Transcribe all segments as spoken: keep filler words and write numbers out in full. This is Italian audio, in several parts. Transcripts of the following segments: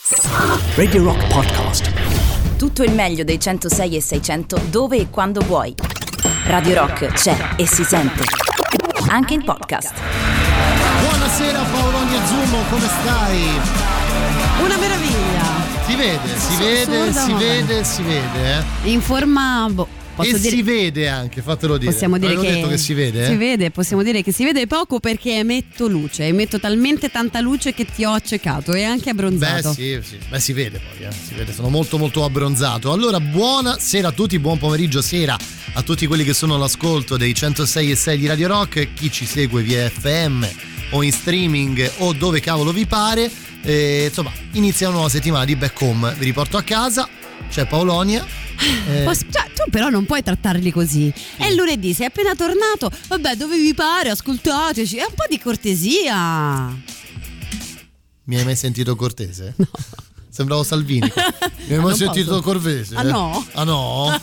Radio Rock Podcast. Tutto il meglio dei centosei e seicento dove e quando vuoi. Radio Rock c'è e si sente anche in podcast. Buonasera Paolonia Zummo, come stai? Una meraviglia. Si vede, si vede, si vede, si vede, eh? In forma boh, posso e dire... si vede anche, fatelo dire. Possiamo dire Avevo che detto che si vede, eh? Si vede, possiamo dire che si vede poco perché emetto luce, emetto talmente tanta luce che ti ho accecato e anche abbronzato. Beh sì, sì, beh si vede poi, eh? Si vede, sono molto molto abbronzato. Allora, buonasera a tutti, buon pomeriggio, sera a tutti quelli che sono all'ascolto dei centosei e sei di Radio Rock, chi ci segue via F M o in streaming o dove cavolo vi pare. E, insomma, inizia una nuova settimana di Back Home, vi riporto a casa, c'è Paolonia. Eh. Posso, cioè, tu però non puoi trattarli così. È lunedì, sei appena tornato. Vabbè, dove vi pare, ascoltateci. È un po' di cortesia. Mi hai mai sentito cortese? No. Sembravo Salvini. Mi hai mai sentito posso. Corvese? Ah no? Ah no?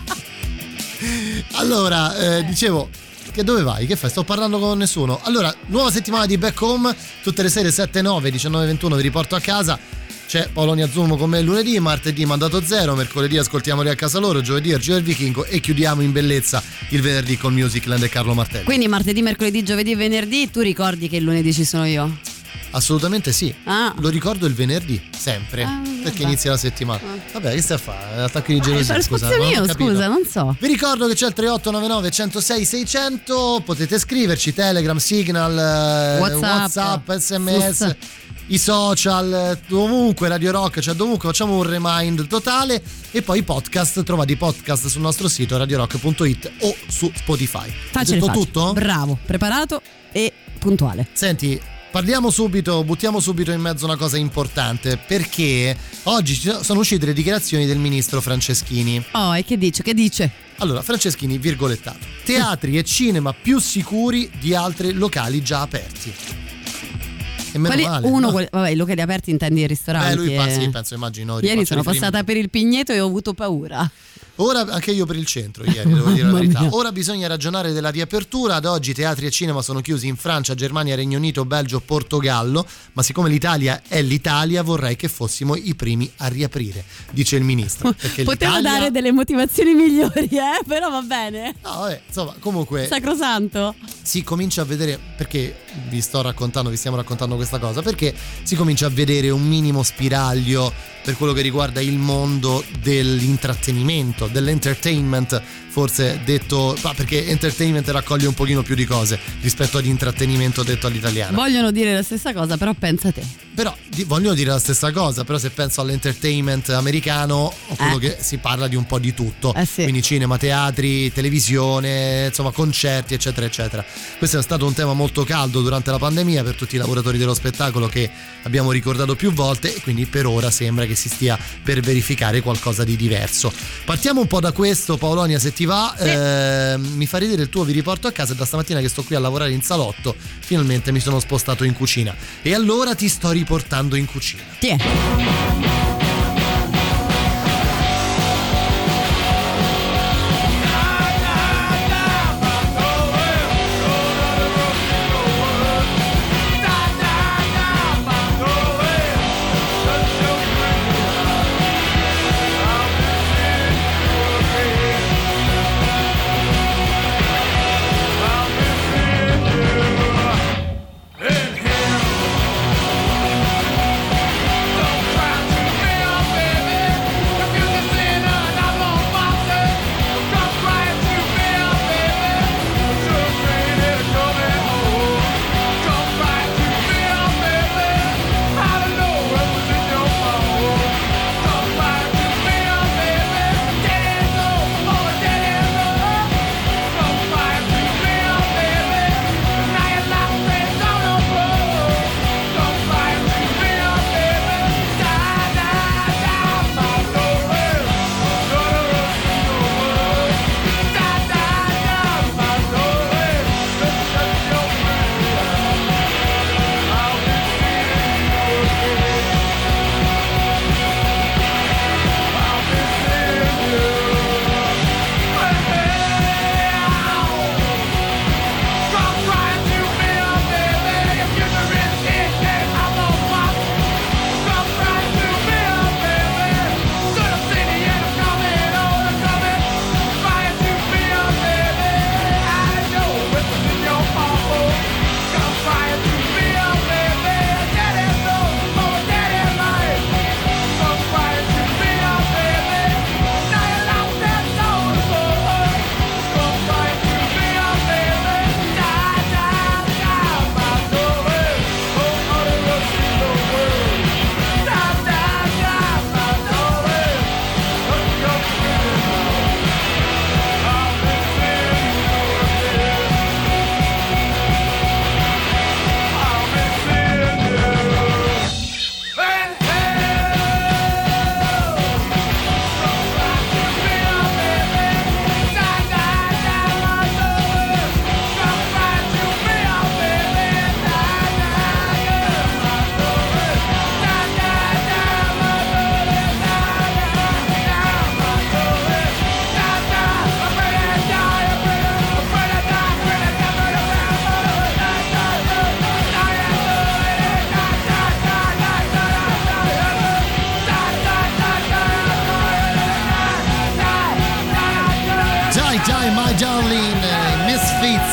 Allora, eh, dicevo, che dove vai? Che fai? Sto parlando con nessuno. Allora, nuova settimana di Back Home, tutte le sere sette nove, diciannove ventuno vi riporto a casa. C'è Paolonia Zummo con me lunedì, martedì Mandato Zero, mercoledì ascoltiamoli a casa loro, giovedì Argio del Vichingo e chiudiamo in bellezza il venerdì con Musicland e Carlo Martelli. Quindi martedì, mercoledì, giovedì e venerdì, tu ricordi che il lunedì ci sono io? Assolutamente sì, ah. Lo ricordo il venerdì, sempre, ah, perché inizia la settimana. Ah. Vabbè, che stai a fare? Attacchi di gelosia, eh, scusa. Non io, scusa, non so. Vi ricordo che c'è il tre otto nove nove uno zero sei sei zero zero, potete scriverci, Telegram, Signal, WhatsApp, WhatsApp S M S, i social, ovunque, Radio Rock, cioè dovunque, facciamo un remind totale. E poi i podcast, trovate i podcast sul nostro sito radio rock punto it o su Spotify. Facile, detto facile. Tutto? Bravo, preparato e puntuale. Senti, parliamo subito, buttiamo subito in mezzo una cosa importante, perché oggi sono uscite le dichiarazioni del ministro Franceschini. Oh, e che dice? Che dice? Allora, Franceschini, virgolettato: teatri e cinema più sicuri di altri locali già aperti. E meno Quali, male, uno, no? quali, vabbè, i locali aperti intendi i ristoranti. Eh, lui e... passa, sì, penso, immagino. Ieri sono passata per il Pigneto e ho avuto paura. Ora anche io per il centro ieri, devo dire la verità. Mia. Ora bisogna ragionare della riapertura. Ad oggi teatri e cinema sono chiusi in Francia, Germania, Regno Unito, Belgio, Portogallo, ma siccome l'Italia è l'Italia vorrei che fossimo i primi a riaprire, dice il ministro. Potevo l'Italia... dare delle motivazioni migliori, eh? Però va bene. No, vabbè, insomma, comunque sacrosanto. Si comincia a vedere, perché vi sto raccontando, vi stiamo raccontando questa cosa, perché si comincia a vedere un minimo spiraglio per quello che riguarda il mondo dell'intrattenimento, dell'entertainment, forse detto, ma perché entertainment raccoglie un pochino più di cose rispetto ad intrattenimento detto all'italiana. Vogliono dire la stessa cosa, però pensa te. Però di, vogliono dire la stessa cosa, però se penso all'entertainment americano, quello eh. che si parla di un po' di tutto, eh sì. Quindi cinema, teatri, televisione, insomma concerti, eccetera eccetera. Questo è stato un tema molto caldo durante la pandemia per tutti i lavoratori dello spettacolo che abbiamo ricordato più volte, e quindi per ora sembra che si stia per verificare qualcosa di diverso. Partiamo un po' da questo, Paolonia, se ti va. Sì. Eh, mi fa ridere il tuo vi riporto a casa, e da stamattina che sto qui a lavorare in salotto finalmente mi sono spostato in cucina, e allora ti sto riportando in cucina. Ti è. Don't try to make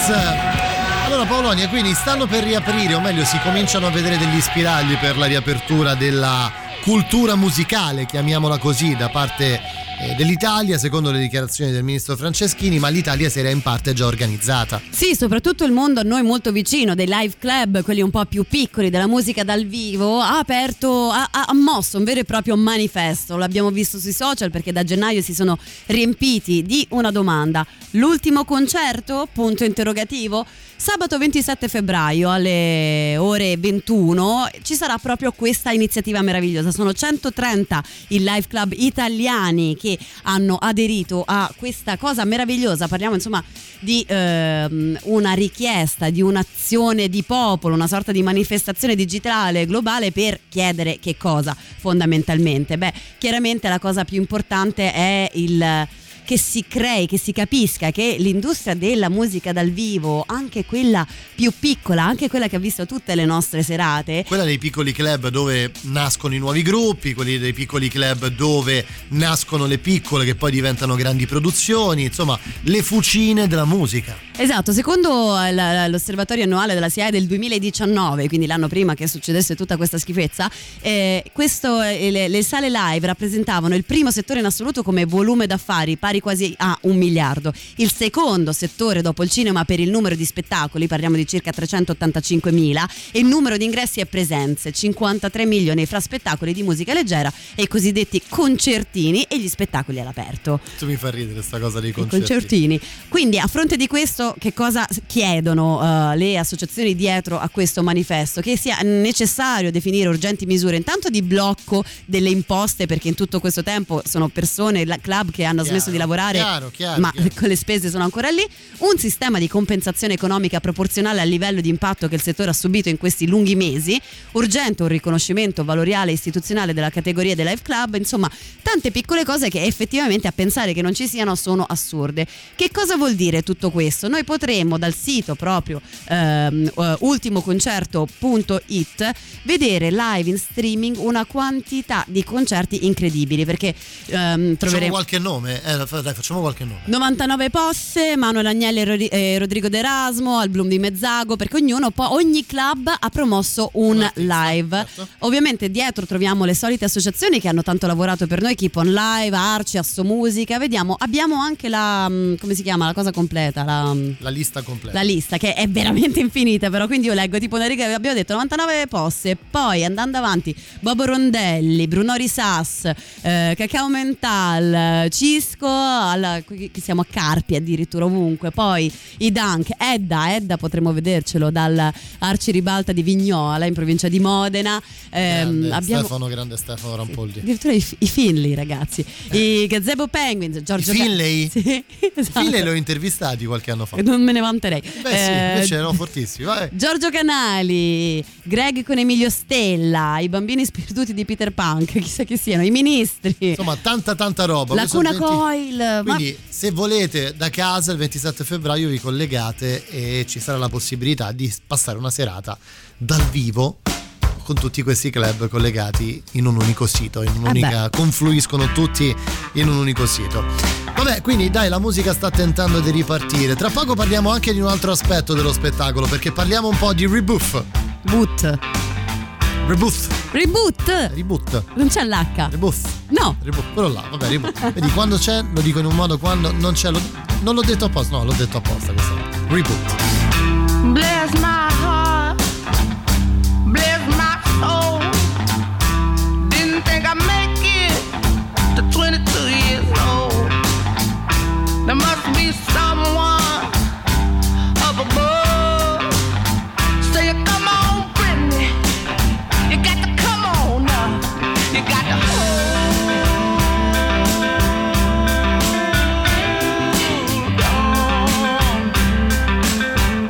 Kiss. Allora Paolonia, quindi stanno per riaprire, o meglio si cominciano a vedere degli spiragli per la riapertura della cultura musicale, chiamiamola così, da parte eh, dell'Italia, secondo le dichiarazioni del ministro Franceschini, ma l'Italia si era in parte già organizzata. Sì, soprattutto il mondo a noi molto vicino, dei live club, quelli un po' più piccoli, della musica dal vivo, ha aperto, ha, ha mosso un vero e proprio manifesto. L'abbiamo visto sui social perché da gennaio si sono riempiti di una domanda: l'ultimo concerto? Punto interrogativo. Sabato ventisette febbraio alle ore ventuno ci sarà proprio questa iniziativa meravigliosa. Sono centotrenta i live club italiani che hanno aderito a questa cosa meravigliosa. Parliamo insomma di ehm, una richiesta, di un'azione di popolo, una sorta di manifestazione digitale globale per chiedere che cosa fondamentalmente? Beh, chiaramente la cosa più importante è il che si crei, che si capisca che l'industria della musica dal vivo, anche quella più piccola, anche quella che ha visto tutte le nostre serate, quella dei piccoli club dove nascono i nuovi gruppi, quelli dei piccoli club dove nascono le piccole che poi diventano grandi produzioni, insomma le fucine della musica. Esatto, secondo l'osservatorio annuale della S I A E del duemiladiciannove, quindi l'anno prima che succedesse tutta questa schifezza, eh, questo, eh, le, le sale live rappresentavano il primo settore in assoluto come volume d'affari, pari quasi a un miliardo. Il secondo settore dopo il cinema per il numero di spettacoli, parliamo di circa trecentottantacinquemila, e il numero di ingressi e presenze, cinquantatré milioni fra spettacoli di musica leggera e i cosiddetti concertini e gli spettacoli all'aperto. Tu mi fa ridere sta cosa dei concerti. I concertini. Quindi a fronte di questo che cosa chiedono uh, le associazioni dietro a questo manifesto? Che sia necessario definire urgenti misure intanto di blocco delle imposte, perché in tutto questo tempo sono persone, club che hanno chiaro, smesso di lavorare chiaro, chiaro, ma chiaro. con le spese sono ancora lì. Un sistema di compensazione economica proporzionale al livello di impatto che il settore ha subito in questi lunghi mesi. Urgente un riconoscimento valoriale e istituzionale della categoria dei live club. Insomma, tante piccole cose che effettivamente a pensare che non ci siano sono assurde. Che cosa vuol dire tutto questo? Noi potremmo dal sito proprio ehm, uh, ultimoconcerto punto it vedere live in streaming una quantità di concerti incredibili, perché ehm, troveremo facciamo qualche nome eh, dai facciamo qualche nome novantanove Posse, Manuel Agnelli e Ro- eh, Rodrigo D'Erasmo, al Bloom di Mezzago, perché ognuno poi ogni club ha promosso un artista, live. certo. Ovviamente dietro troviamo le solite associazioni che hanno tanto lavorato per noi, Keep On Live, Arci, Asso Musica. Vediamo, abbiamo anche la come si chiama la cosa completa, la la lista completa, la lista che è veramente infinita, però quindi io leggo tipo una riga, abbiamo detto novantanove Posse, poi andando avanti Bobo Rondelli, Bruno Risas, eh, Cacao Mental, Cisco, alla, qui siamo a Carpi addirittura ovunque, poi i Dunk, Edda, Edda potremmo vedercelo dal Arci Ribalta di Vignola in provincia di Modena, grande, eh, abbiamo Stefano, grande Stefano Rampoldi, addirittura i, i Finley ragazzi, eh. i Gazebo Penguins, Giorgio I Finley? Ca- sì, esatto. Finley li ho intervistati qualche anno fa, non me ne vanterei. beh sì, Eh, invece erano fortissimi. Vai. Giorgio Canali, Greg con Emilio Stella, i bambini sperduti di Peter Punk, chissà chi siano, i ministri, Insomma tanta tanta roba. la Questo Cuna venti Coil. Quindi Ma se volete da casa il ventisette febbraio vi collegate e ci sarà la possibilità di passare una serata dal vivo con tutti questi club collegati in un unico sito, in un'unica, confluiscono tutti in un unico sito. Vabbè, quindi dai, la musica sta tentando di ripartire. Tra poco parliamo anche di un altro aspetto dello spettacolo, perché parliamo un po' di Reboot. Boot. Reboot. Reboot. Reboot. Non c'è l'H. Reboot. No. Reboot. Quello là, vabbè, reboot. Vedi, quando c'è lo dico in un modo, quando non c'è lo, non l'ho detto apposta, no, l'ho detto apposta questa volta. Reboot. Bless my heart, bless my soul. Didn't think I'd make it to twenty-two years old. There must be someone up above. Say, come on, Brittany, you got to come on now. You got to hold on.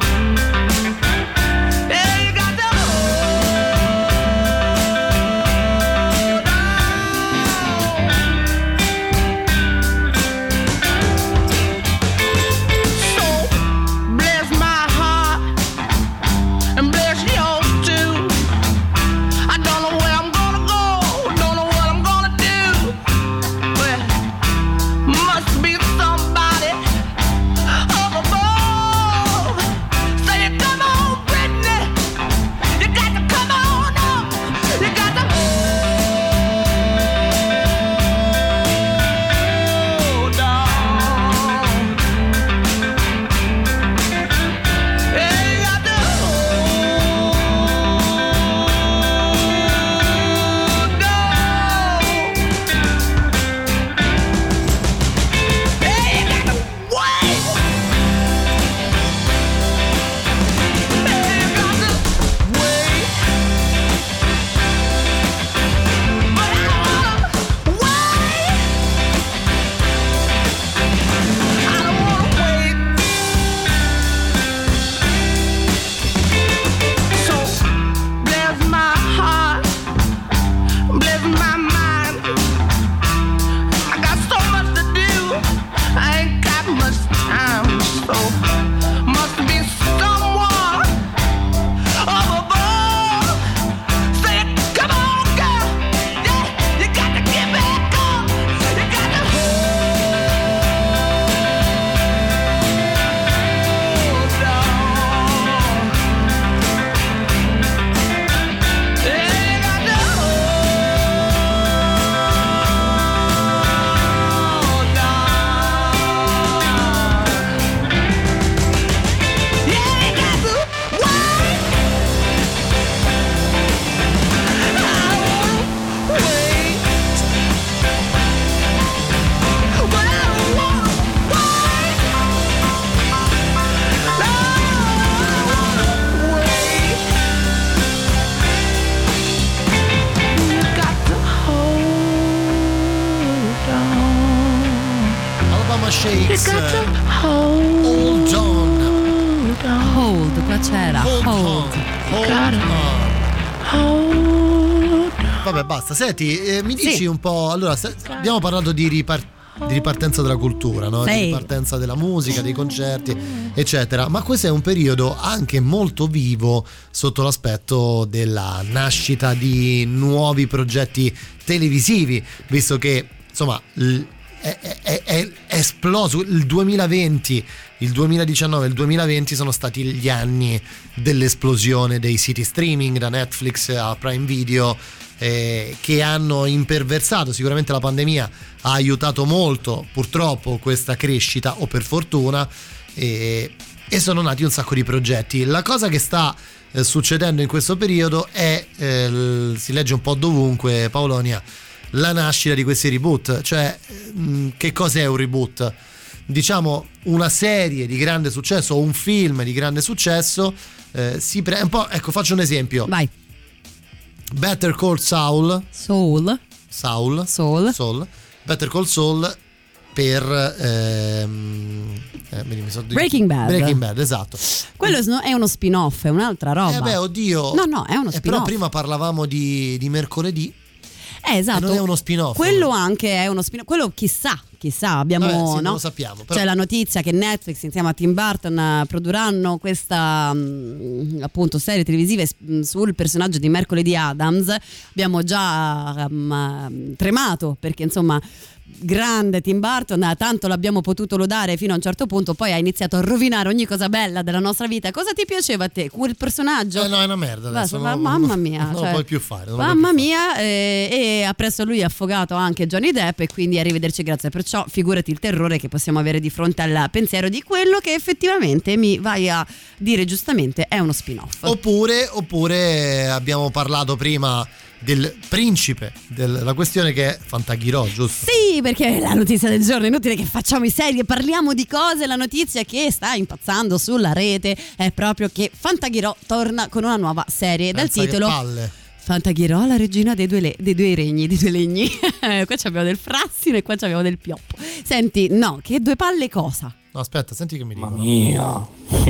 Shakes, You got to hold Hold On. on. Hold, qua c'era. Hold Hold. On. Hold Gotta On. hold on. Vabbè, basta. Senti, eh, mi dici Sì. un po'. Allora, se- abbiamo parlato di, ripar- di ripartenza della cultura, no? Sì. Di ripartenza della musica, dei concerti, eccetera. Ma questo è un periodo anche molto vivo sotto l'aspetto della nascita di nuovi progetti televisivi, visto che insomma l- è, è- è- è esploso il duemilaventi, il duemiladiciannove e il duemilaventi sono stati gli anni dell'esplosione dei siti streaming, da Netflix a Prime Video, eh, che hanno imperversato. Sicuramente la pandemia ha aiutato molto, purtroppo, questa crescita, o per fortuna, e, e sono nati un sacco di progetti. La cosa che sta eh, succedendo in questo periodo è, eh, l- si legge un po' dovunque, Paolonia, la nascita di questi reboot. Cioè, mh, che cos'è un reboot? Diciamo una serie di grande successo o un film di grande successo, eh, si pre- un po', ecco, faccio un esempio. Vai. Better Call Saul, Soul. Saul, Soul. Saul, Better Call Saul per ehm, eh, mi sono- Breaking Bad. Breaking Bad, esatto. Quello sno- è uno spin-off, è un'altra roba. Eh beh, oddio. No, no, è uno Eh, spin-off. però prima parlavamo di, di mercoledì. Eh, esatto. E non è uno spin-off. Quello anche è uno spin-off. Quello chissà, chissà, abbiamo Vabbè, sì, non no? lo sappiamo, però- C'è la notizia che Netflix insieme a Tim Burton eh, produrranno questa mh, appunto serie televisive s- sul personaggio di Mercoledì Adams. Abbiamo già um, tremato perché insomma grande Tim Burton, tanto l'abbiamo potuto lodare fino a un certo punto, poi ha iniziato a rovinare ogni cosa bella della nostra vita. Cosa ti piaceva a te? Quel personaggio? Eh no, è una merda adesso. Basta, non- ma- mamma mia, non cioè, lo puoi più fare. non lo mamma puoi più mia, eh, e appresso lui ha affogato anche Johnny Depp, e quindi arrivederci, grazie. Perciò figurati il terrore che possiamo avere di fronte al pensiero di quello che effettivamente mi vai a dire giustamente è uno spin-off. fare. Oppure, oppure abbiamo parlato prima del principe della questione, che è Fantaghirò, giusto? Sì, perché la notizia del giorno, è inutile che facciamo i seri, parliamo di cose. La notizia che sta impazzando sulla rete è proprio che Fantaghirò torna con una nuova serie dal Pensa che titolo palle. Fantaghirò, la regina dei due, le- dei due regni, dei due legni. Qua abbiamo del frassino e qua abbiamo del pioppo. Senti, no, che due palle cosa? No, aspetta, senti che mi dicono. Mamma mia.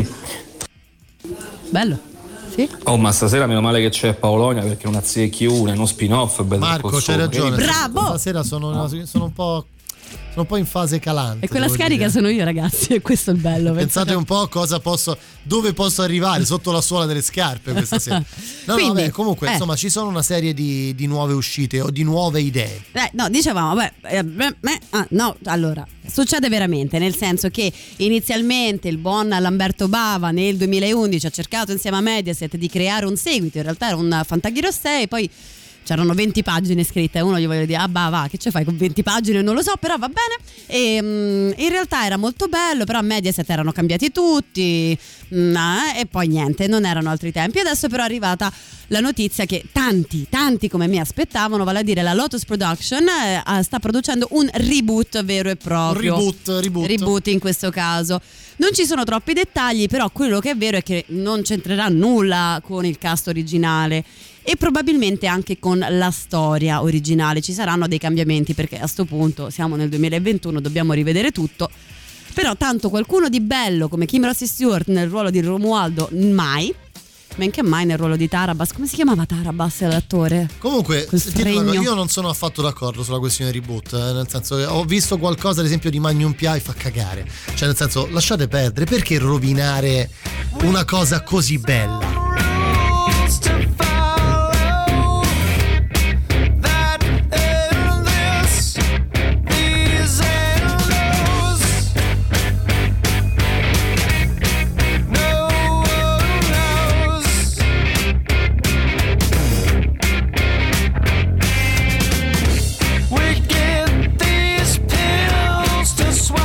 Bello. Sì? Oh, ma stasera meno male che c'è Paolonia, perché una azzecchi una, è uno spin-off. Better Marco, Call c'hai Saul. ragione. Bravo! Stasera sono, sono un po'. Sono un po' in fase calante. E quella devo scarica dire. sono io, ragazzi, e questo è il bello. Pensate un po' cosa posso, dove posso arrivare, sotto la suola delle scarpe questa sera. No, Quindi, no, vabbè, comunque, eh. insomma, ci sono una serie di, di nuove uscite o di nuove idee. Eh, no, dicevamo, beh, eh, beh, beh, ah, no, allora, succede veramente, nel senso che inizialmente il buon Lamberto Bava nel duemilaundici ha cercato insieme a Mediaset di creare un seguito, in realtà era un Fantaghirò sei, poi c'erano venti pagine scritte, uno gli voglio dire, ah bah va, che ci fai con venti pagine? Non lo so, però va bene. E um, in realtà era molto bello, però a Mediaset erano cambiati tutti, mm, eh, e poi niente, non erano altri tempi. Adesso però è arrivata la notizia che tanti, tanti come me aspettavano, vale a dire la Lotus Production eh, sta producendo un reboot vero e proprio. Un reboot, reboot. Reboot in questo caso. Non ci sono troppi dettagli, però quello che è vero è che non c'entrerà nulla con il cast originale e probabilmente anche con la storia originale. Ci saranno dei cambiamenti, perché a sto punto siamo nel duemilaventuno, dobbiamo rivedere tutto. Però tanto qualcuno di bello come Kim Rossi Stewart nel ruolo di Romualdo mai, men che mai nel ruolo di Tarabas. Come si chiamava Tarabas l'attore? Comunque, Quel sentite una cosa, fregno. io non sono affatto d'accordo sulla questione reboot, eh, nel senso che ho visto qualcosa, ad esempio, di Magnum P I, fa cagare. Cioè, nel senso, lasciate perdere, perché rovinare una cosa così bella?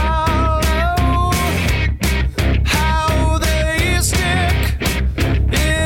How they stick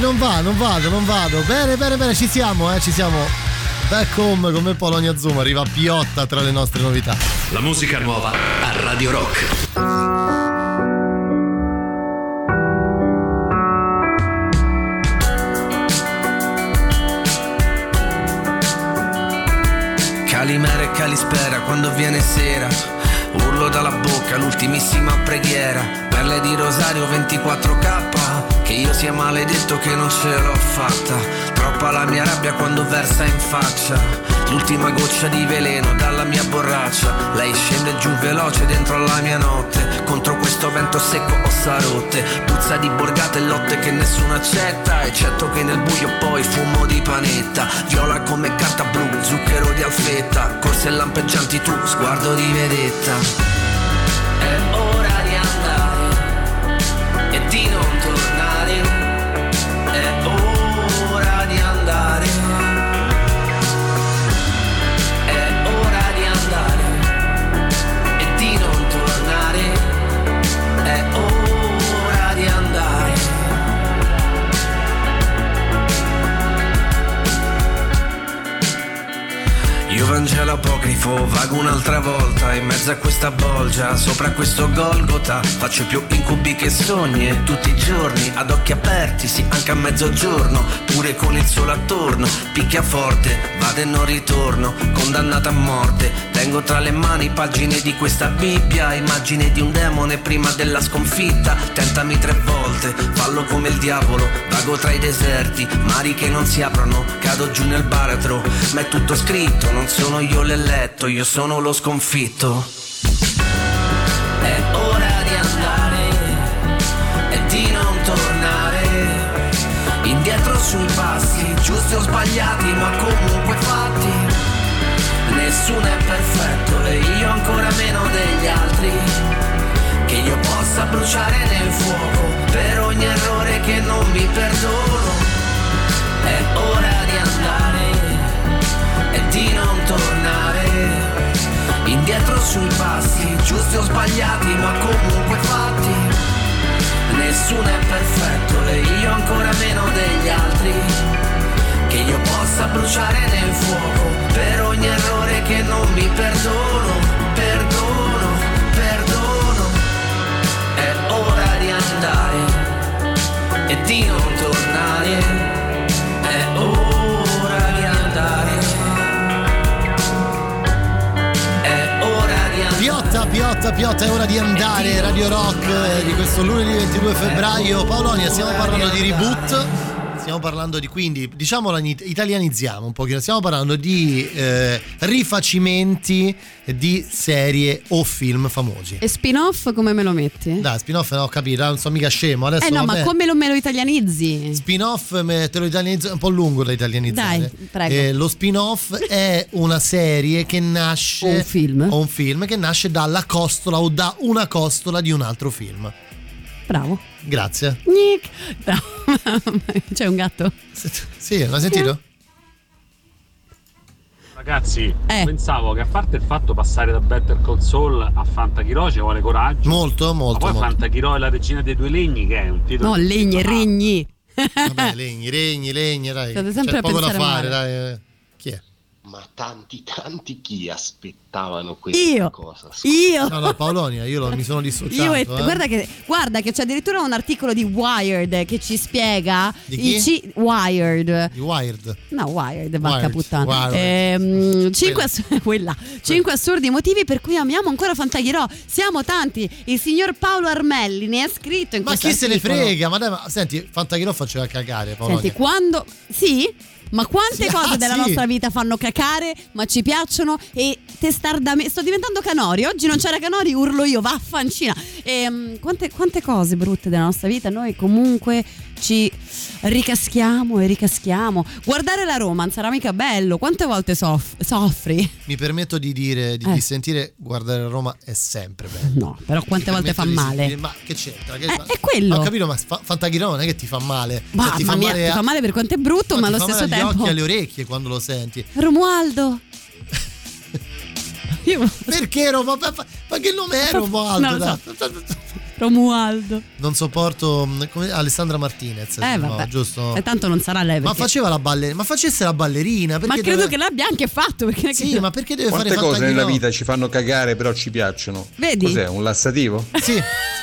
non va, non vado, non vado. Bene, bene, bene, ci siamo, eh, ci siamo. Back home con me Polonia Zoom, arriva Piotta tra le nostre novità. La musica nuova a Radio Rock. Calimera e Calispera quando viene sera, urlo dalla bocca l'ultimissima preghiera, perle di rosario ventiquattro K, che io sia maledetto che non ce l'ho fatta, troppa la mia rabbia quando versa in faccia, l'ultima goccia di veleno dalla mia borraccia, lei scende giù veloce dentro la mia notte, contro questo vento secco ossa rotte, puzza di borgate e lotte che nessuno accetta, eccetto che nel buio poi fumo di panetta, viola come carta blu, zucchero di alfetta, corse lampeggianti tu, sguardo di vedetta. È ora di andare e di non tornare, è ora di andare, è ora di andare e di non tornare, è ora di andare. Io Vangelo apocrifo, vago un'altra volta in mezzo a questa bolgia, sopra questo Golgota, faccio più incubi che sogni e tutti i giorni, ad occhi aperti, sì anche a mezzogiorno, pure con il sole attorno, picchia forte, vado e non ritorno, condannata a morte, tengo tra le mani pagine di questa Bibbia, immagine di un demone prima della sconfitta, tentami tre volte, fallo come il diavolo, vago tra i deserti, mari che non si aprono, cado giù nel baratro, ma è tutto scritto, non sono io l'eletto, io sono lo sconfitto. È ora di andare e di non tornare indietro sui passi, giusti o sbagliati ma comunque fatti. Nessuno è perfetto e io ancora meno degli altri, che io possa bruciare nel fuoco per ogni errore che non mi perdono. È ora di andare e di non tornare indietro sui passi, giusti o sbagliati ma comunque fatti. Nessuno è perfetto e io ancora meno degli altri, che io possa bruciare nel fuoco per ogni errore che non mi perdono. Perdono, perdono. È ora di andare e di non tornare. È ora di andare. Piotta, Piotta, Piotta, è ora di andare. Radio Rock eh, di questo lunedì ventidue febbraio. Paolonia, stiamo parlando di reboot. Stiamo parlando di, quindi, diciamola, italianizziamo un pochino. Stiamo parlando di eh, rifacimenti di serie o film famosi. E spin-off come me lo metti? Dai, spin-off no, ho capito, non so mica scemo. Adesso eh no, vabbè. Ma come lo, me lo italianizzi? Spin-off me, te lo italianizzo, è un po' lungo da italianizzare. Dai, prego. Eh, lo spin-off è una serie che nasce o un film. o un film che nasce dalla costola o da una costola di un altro film. Bravo. Grazie. Nick. Bravo. C'è un gatto? Sì, l'hai sentito? Ragazzi, eh. pensavo che a parte il fatto passare da Better Call Saul a Fantachiro ci vuole coraggio. Molto, molto. Ma poi molto. Fantachiro è la regina dei due legni, che è un titolo. No, legni, regni. Vabbè, legni, regni, legni, dai. State sempre C'è a poco da pensare fare, dai. Chi è? Ma tanti, tanti chi aspettavano questa io, cosa? Io. No, no, Paolonia, io lo, mi sono dissociato. Io e, eh. guarda, che, guarda che c'è addirittura un articolo di Wired che ci spiega di chi? i C- Wired. Di Wired. No, Wired, vacca Wired, puttana. Wired. Ehm, cinque, ass- quella. cinque assurdi motivi per cui amiamo ancora Fantachiro. Siamo tanti. Il signor Paolo Armelli ne ha scritto in Ma questo chi se ne articolo. frega? Ma dai, ma senti, Fantachiro faceva cagare, Paolonia. Senti, quando sì, ma quante Sì, cose ah, della sì. nostra vita fanno cacare, ma ci piacciono e testardamente. Sto diventando Canori. Oggi non c'era Canori, urlo io, vaffancina. E, quante, quante cose brutte della nostra vita noi comunque ci ricaschiamo e ricaschiamo. Guardare la Roma non sarà mica bello. Quante volte soff- soffri? Mi permetto di dire, di, Eh. di sentire guardare Roma è sempre bello. No, però quante Mi volte fa permetto di male? sentire- ma che c'entra? Che, Eh, ma- è quello. Ho capito, ma fa, Fantachiro non è che ti fa male. Ma Cioè, ti fa mamma mia, male ti a- fa male per quanto è brutto, no, ma ti allo fa stesso male agli tempo. occhi e alle orecchie quando lo senti. Romualdo. Io Perché Roma? Ma, ma che nome è No, Romualdo? lo so. Dai. Romualdo. Non sopporto come Alessandra Martinez, Eh no, vabbè, giusto? e tanto non sarà lei. Ma perché- faceva la ballerina, ma facesse la ballerina. Ma Perché credo deve... che l'abbia anche fatto. Perché Sì, ma perché deve Quante fare cose nella Fantagiro? vita ci fanno cagare però ci piacciono? Vedi? Cos'è, un lassativo? Sì.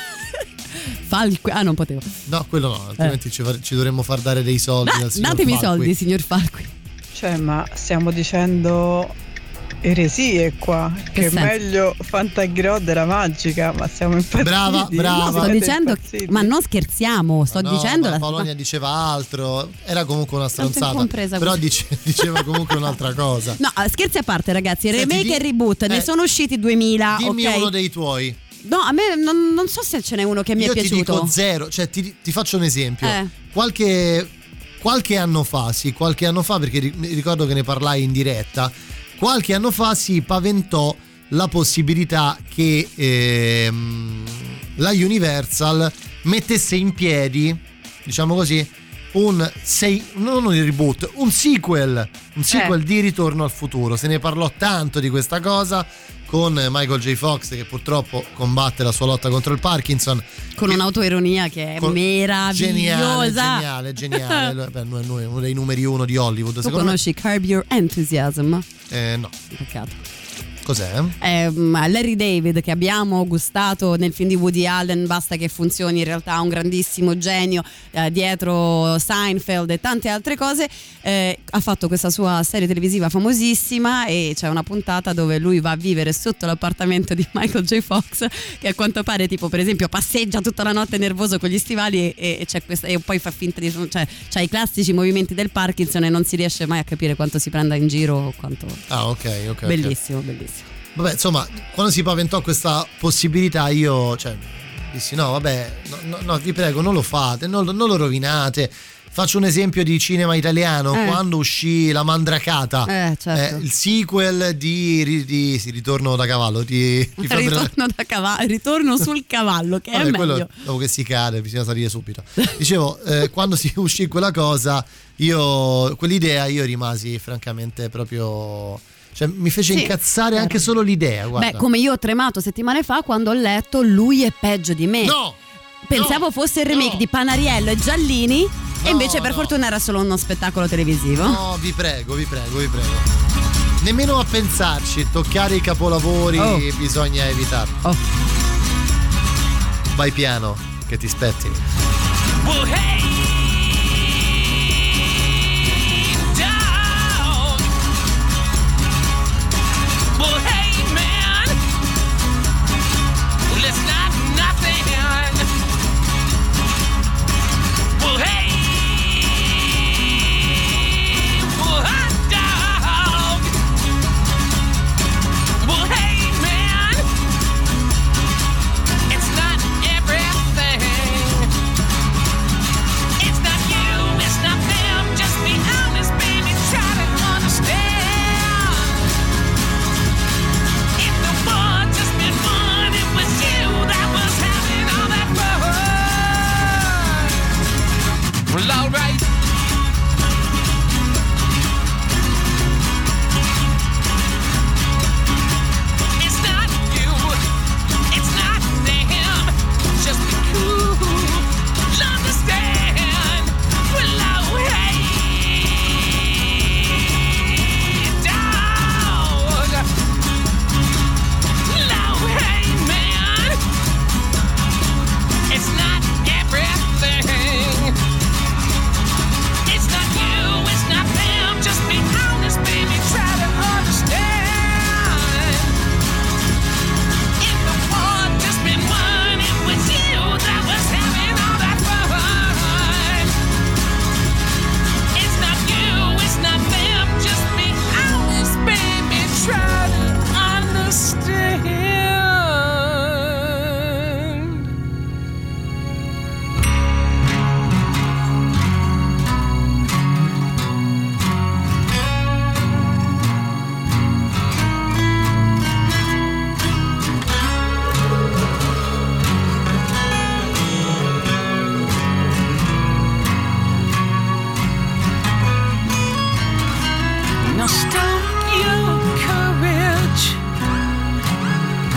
Falque. Ah, non potevo. No, quello no, altrimenti ci, fa- ci dovremmo far dare dei soldi Da- dal signor datemi i Falqui. soldi, signor Falqui. Cioè, ma stiamo dicendo eresie qua, che, è senso? meglio Fantagiro della Magica, ma siamo impazziti. Brava, brava. No, sto Siete dicendo, impazziti. ma non scherziamo, sto No, dicendo ma la Polonia diceva altro, era comunque una Tanto stronzata, incompresa però questa. dice- diceva comunque un'altra cosa. No, scherzi a parte, ragazzi, Senti, remake di- e reboot ne eh, sono usciti duemila, Dimmi ok? uno dei tuoi. No, a me non, non so se ce n'è uno che mi Io è ti piaciuto. dico zero, cioè ti, ti faccio un esempio. Eh. Qualche, qualche anno fa, sì, qualche anno fa, perché ri- mi ricordo che ne parlai in diretta, qualche anno fa si paventò la possibilità che ehm, la Universal mettesse in piedi, diciamo così, un sei, non un reboot, un sequel, un sequel Eh. di Ritorno al futuro. Se ne parlò tanto di questa cosa con Michael J. Fox, che purtroppo combatte la sua lotta contro il Parkinson, Con un'autoironia che è con- meravigliosa. geniale, geniale, geniale. Beh, noi- noi- uno dei numeri uno di Hollywood, Tu secondo conosci Curb Your Enthusiasm? me. Eh, no, Peccato. cos'è? Eh, Larry David, che abbiamo gustato nel film di Woody Allen, basta che funzioni, in realtà un grandissimo genio eh, dietro Seinfeld e tante altre cose, eh, ha fatto questa sua serie televisiva famosissima e c'è una puntata dove lui va a vivere sotto l'appartamento di Michael J. Fox, che a quanto pare tipo per esempio passeggia tutta la notte nervoso con gli stivali e, e, c'è questa, e poi fa finta di, cioè c'ha i classici movimenti del Parkinson e non si riesce mai a capire quanto si prenda in giro o quanto. Ah, ok, ok. ok. Bellissimo, bellissimo. Vabbè, insomma, quando si paventò questa possibilità, io, cioè, dissi no, vabbè, no, no, no, vi prego, non lo fate, non, non lo rovinate. Faccio un esempio di cinema italiano, Eh. quando uscì La Mandracata, Eh, certo. eh, il sequel di, di, di sì, Ritorno da cavallo, di, di Fabio- Ritorno, da cavallo, ritorno sul cavallo, che Vabbè, è quello meglio. dopo che si cade bisogna salire subito. Dicevo, eh, quando si uscì quella cosa, io quell'idea io rimasi francamente proprio, cioè mi fece Sì, incazzare anche solo l'idea, guarda. Beh, come io ho tremato settimane fa quando ho letto Lui è peggio di me. No! Pensavo no, fosse il remake no. di Panariello e Giallini No, e invece per no. fortuna era solo uno spettacolo televisivo. No, vi prego, vi prego, vi prego. Nemmeno a pensarci, toccare i capolavori Oh. bisogna evitarlo. Oh. Vai piano, che ti spettini. Well, hey, down. Well, hey, man. Well, it's not nothing. Well, hey, well, hot dog. Well, hey, man. It's not everything. It's not you, it's not them. Just be honest, baby. Try to understand. If the war just been won, it was you that was having all that fun. Well, alright. It's not you, it's not them. Just be cool, understand. Well, oh, hey, dog. Oh, hey, man. It's not everything. It's not you, it's not them. Just be honest, baby. Try to understand. If the war just been won, it was you that was having all that fun. It's not you, it's not them. Just be honest, baby. Try to understand. Now stoke your courage.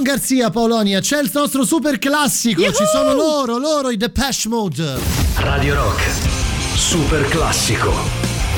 Garzia, Paolonia, c'è il nostro super classico. Yuhu! Ci sono loro, loro i Depeche Mode. Radio Rock, super classico.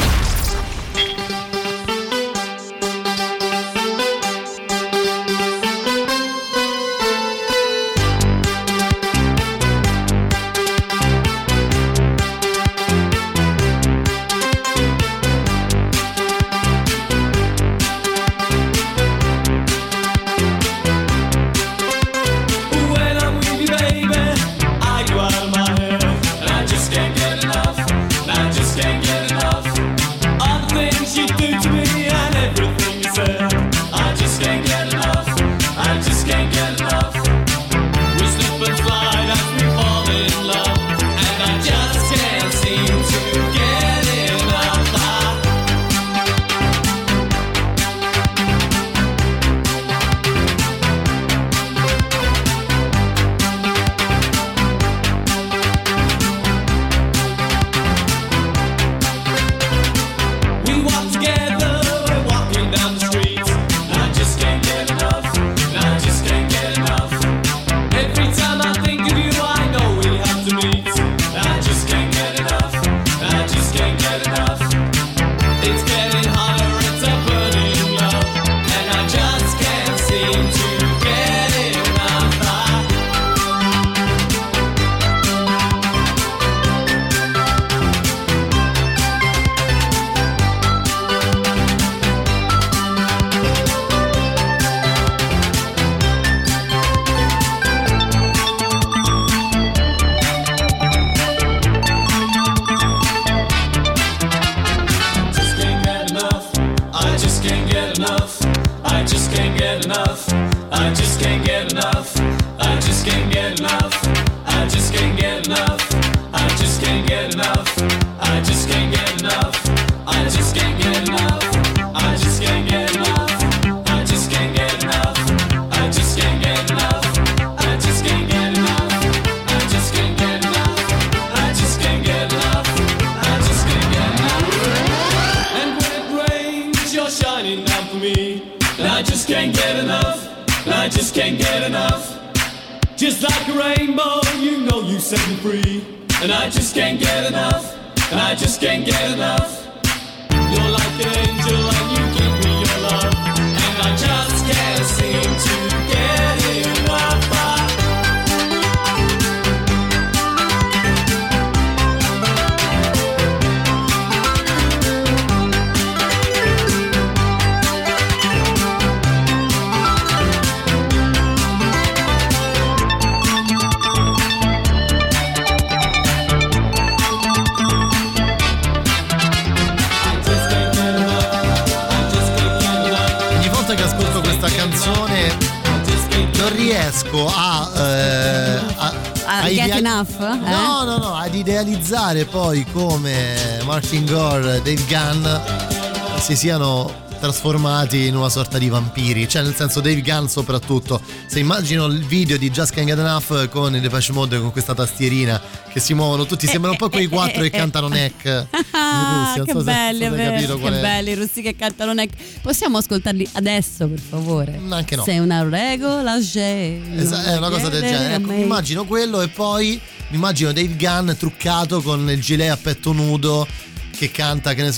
A, eh, a, a, a get enough? Eh? No, no, no, ad idealizzare poi come Martin Gore e Dave Gunn si siano trasformati in una sorta di vampiri, cioè nel senso Dave Gunn soprattutto. Se immagino il video di Just Can't Get Enough con i Depeche Mode con questa tastierina che si muovono tutti, sembrano un po' quei quattro che cantano Neck in Russia. Che so belli, se, se che qual è. belli i russi che cantano Neck. Possiamo ascoltarli adesso, per favore? Anche no. Sei una regola, c'è. Esa- è una cosa del genere. Ecco, mi immagino quello e poi mi immagino Dave Gunn truccato con il gilet a petto nudo che canta, che ne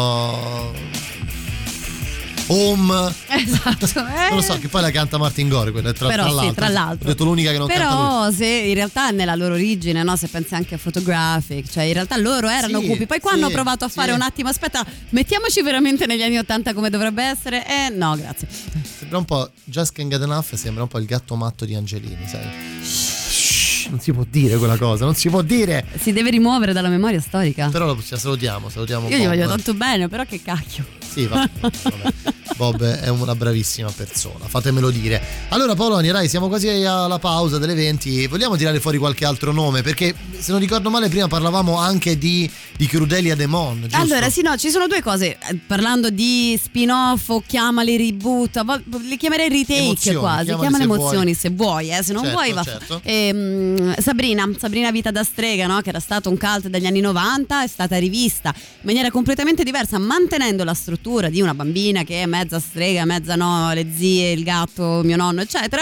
so, Home. Esatto, eh. Non lo so, che poi la canta Martin Gore, quella tra, Però tra sì, l'altro. tra l'altro. Ho detto l'unica che non Però canta lui. se in realtà nella loro origine, no, se pensi anche a Photographic, cioè in realtà loro erano Sì, cupi. Poi qua sì, hanno provato a sì. fare un attimo, aspetta, mettiamoci veramente negli anni ottanta come dovrebbe essere. Eh no, grazie. Sembra un po' Just Can't Get Enough, sembra un po' il gatto matto di Angelini, sai? Shh, non si può dire quella cosa, non si può dire. Si deve rimuovere dalla memoria storica. Però lo cioè, salutiamo, salutiamo Io gli Bob. voglio tanto bene, però che cacchio. Sì, va, vabbè. Bob è una bravissima persona, fatemelo dire. Allora Paoloni, dai, siamo quasi alla pausa delle venti. Vogliamo tirare fuori qualche altro nome? Perché se non ricordo male prima parlavamo anche di, di Crudelia Demon, giusto? Allora sì, no, ci sono due cose. Parlando di spin-off o chiamali reboot, li chiamerei retake Emozioni, quasi. chiamali Chiamale se emozioni vuoi. se vuoi, eh, se non Certo, vuoi va. certo. Ehm, Sabrina, Sabrina Vita da strega, no? Che era stato un cult degli anni novanta, è stata rivista in maniera completamente diversa, mantenendo la struttura di una bambina che è mezza strega, mezza no, le zie, il gatto, mio nonno, eccetera.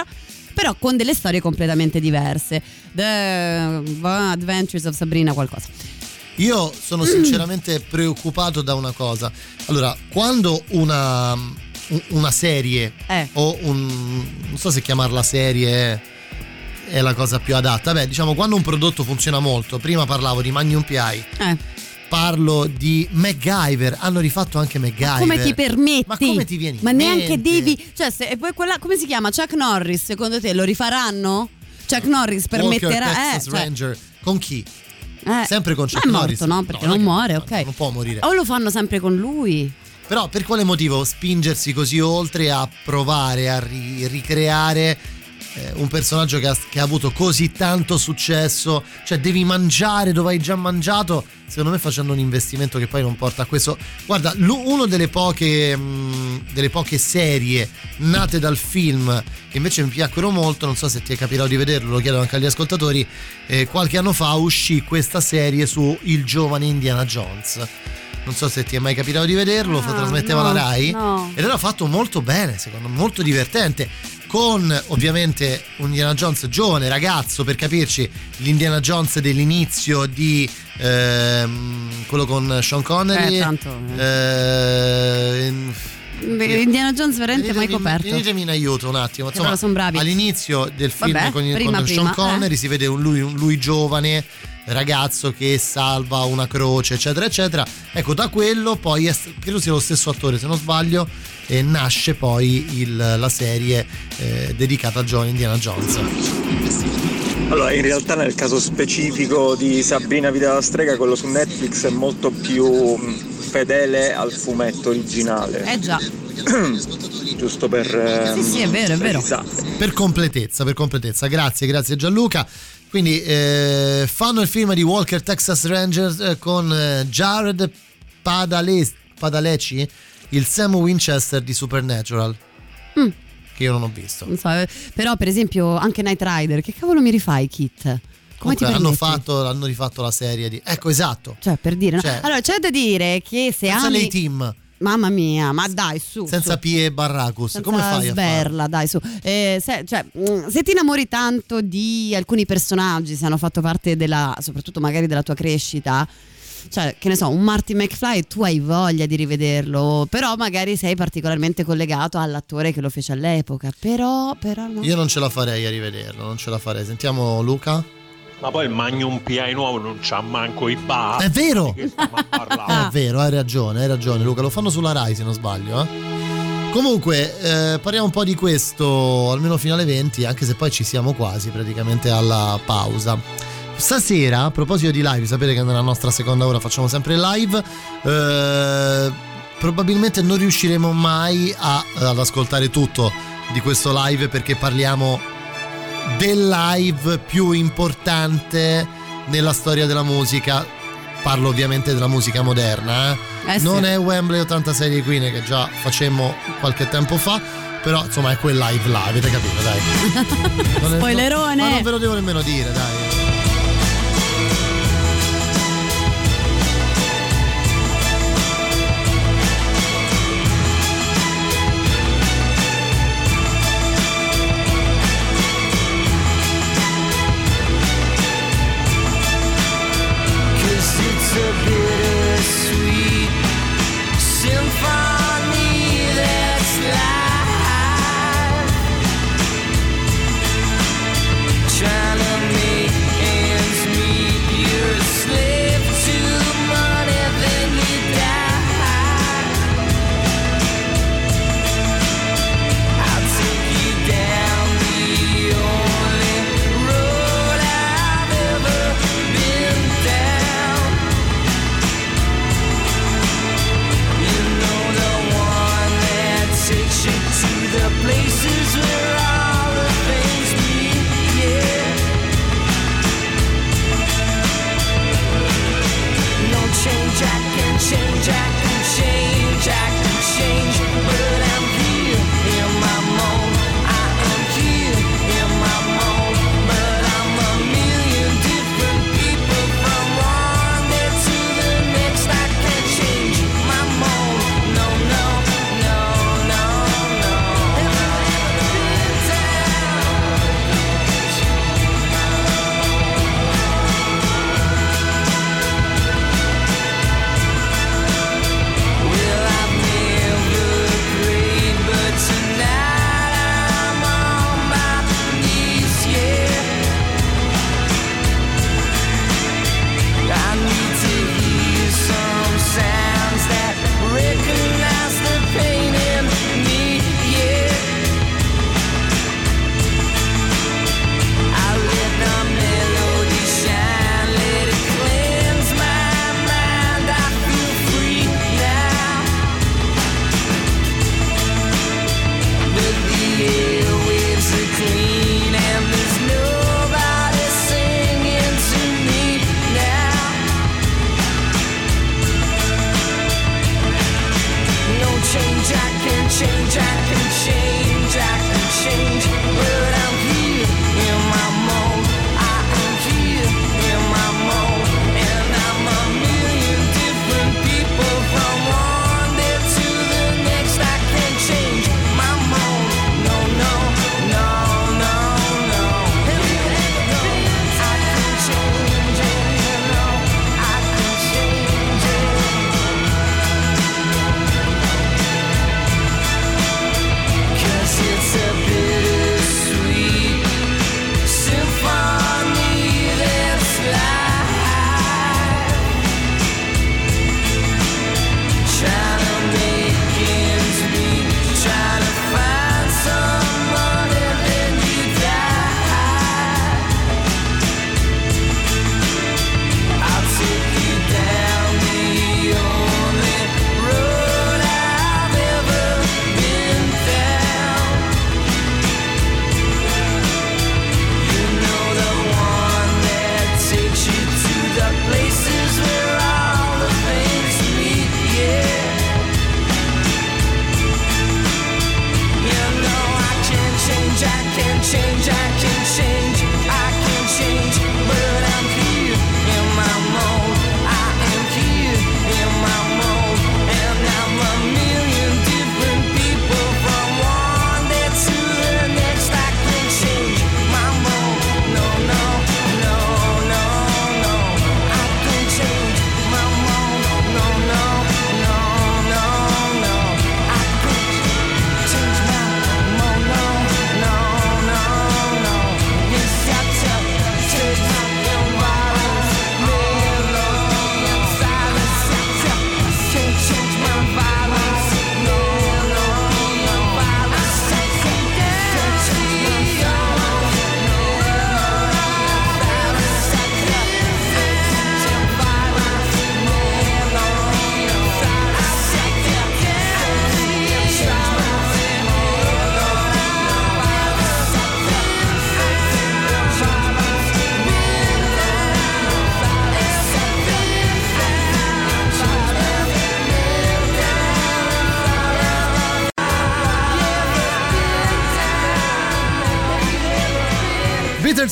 però con delle storie completamente diverse. The Adventures of Sabrina qualcosa. Io sono sinceramente preoccupato da una cosa. Allora, quando una, una serie eh. o un, non so se chiamarla serie è la cosa più adatta, beh, diciamo quando un prodotto funziona molto, prima parlavo di Magnum P I, eh. parlo di MacGyver, hanno rifatto anche MacGyver. Come ti permetti? Ma come ti vieni? Ma in neanche mente? devi, cioè se, e poi quella, come si chiama? Chuck Norris, secondo te lo rifaranno? Chuck Norris permetterà Walker, Texas eh, cioè, Ranger, con chi? Eh, sempre con Chuck è morto, Norris, no? Perché no, non non muore, no, ok. Non può morire. O lo fanno sempre con lui. Però per quale motivo spingersi così oltre a provare a ri- ricreare eh, un personaggio che ha, che ha avuto così tanto successo? Cioè devi mangiare dove hai già mangiato, secondo me facendo un investimento che poi non porta a questo. Guarda, uno delle poche mh, delle poche serie nate dal film che invece mi piacquero molto, non so se ti è capitato di vederlo, lo chiedo anche agli ascoltatori, eh, qualche anno fa uscì questa serie su il giovane Indiana Jones. Non so se ti è mai capitato di vederlo, ah, lo trasmetteva no, la Rai no. ed era fatto molto bene, secondo me molto divertente, con ovviamente un Indiana Jones giovane, ragazzo, per capirci, l'Indiana Jones dell'inizio di ehm, quello con Sean Connery, eh, tanto, eh, in, Indiana Jones veramente mai venitemi, coperto. venitemi in aiuto un attimo. Insomma, sono bravi. All'inizio del film Vabbè, con, prima, con prima, Sean Connery eh. si vede un lui, un lui giovane ragazzo che salva una croce eccetera eccetera. Ecco, da quello poi è, credo sia lo stesso attore se non sbaglio, e nasce poi il, la serie eh, dedicata a John Indiana Jones. Allora, in realtà nel caso specifico di Sabrina Vita da strega, quello su Netflix è molto più fedele al fumetto originale. Eh già. Giusto per eh, sì, sì, è vero, è vero. Per completezza, per completezza. Grazie, grazie Gianluca. Quindi eh, fanno il film di Walker Texas Ranger eh, con eh, Jared Padale- Padalecki, il Sam Winchester di Supernatural. Mm. Che io non ho visto. Non so, eh, però per esempio anche Knight Rider, che cavolo mi rifai, Kit? Come Comunque, ti hanno permetti? fatto hanno rifatto la serie di ecco, esatto. Cioè, per dire, no? Cioè, allora c'è da dire che se senza ami lei team, mamma mia, ma dai, su. senza su. Pie e Barracus, Senza come fai a sberla, dai, su. Eh, se, cioè, mh, se ti innamori tanto di alcuni personaggi, se hanno fatto parte della, soprattutto magari della tua crescita, cioè, che ne so, un Marty McFly, tu hai voglia di rivederlo, però magari sei particolarmente collegato all'attore che lo fece all'epoca, però, però no. Io non ce la farei a rivederlo, non ce la farei. Sentiamo Luca. Ma poi il Magnum P I nuovo non c'ha manco i bar. È vero! Che stiamo a parlare? È vero, hai ragione, hai ragione Luca, lo fanno sulla Rai se non sbaglio, eh? Comunque eh, parliamo un po' di questo almeno fino alle venti, anche se poi ci siamo quasi praticamente alla pausa. Stasera, a proposito di live, sapete che nella nostra seconda ora facciamo sempre il live, eh, probabilmente non riusciremo mai a, ad ascoltare tutto di questo live, perché parliamo del live più importante nella storia della musica. Parlo ovviamente della musica moderna, eh? Eh sì. Non è Wembley ottantasei dei Queen, che già facemmo qualche tempo fa, però insomma è quel live là, avete capito, dai. Non è- Spoilerone. Ma non ve lo devo nemmeno dire, dai. Trying to make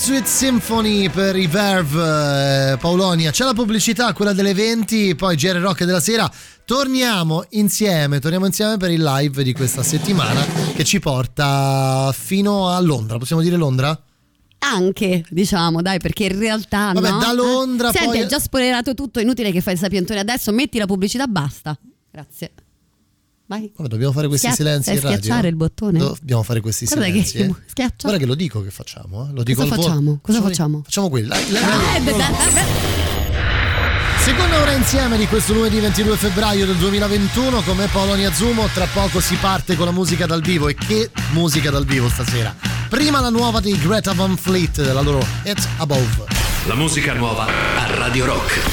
Sweet Symphony per i Verve, eh, Paolonia. C'è la pubblicità, quella delle venti, poi G R Rock della sera. Torniamo insieme, torniamo insieme per il live di questa settimana che ci porta fino a Londra. Possiamo dire Londra? Anche, diciamo, dai, perché in realtà Vabbè, no. da Londra Senti, poi... hai già spoilerato tutto, è inutile che fai il sapientone adesso, metti la pubblicità, basta. Grazie. Vai. Vabbè, dobbiamo fare questi Schia- silenzi sai in radio. schiacciare il bottone? Dobbiamo fare questi Guarda silenzi. che eh. schiaccia. Guarda che lo dico che facciamo, eh. Lo dico Cosa al volo. facciamo? Cosa facciamo? Facciamo quelli. La, la, Ah, la, eh, la, Seconda ora insieme di questo lunedì ventidue febbraio del duemilaventuno con me Paolonia Zumo. Tra poco si parte con la musica dal vivo. E che musica dal vivo stasera. Prima la nuova di Greta Van Fleet della loro It's Above. La musica nuova a Radio Rock.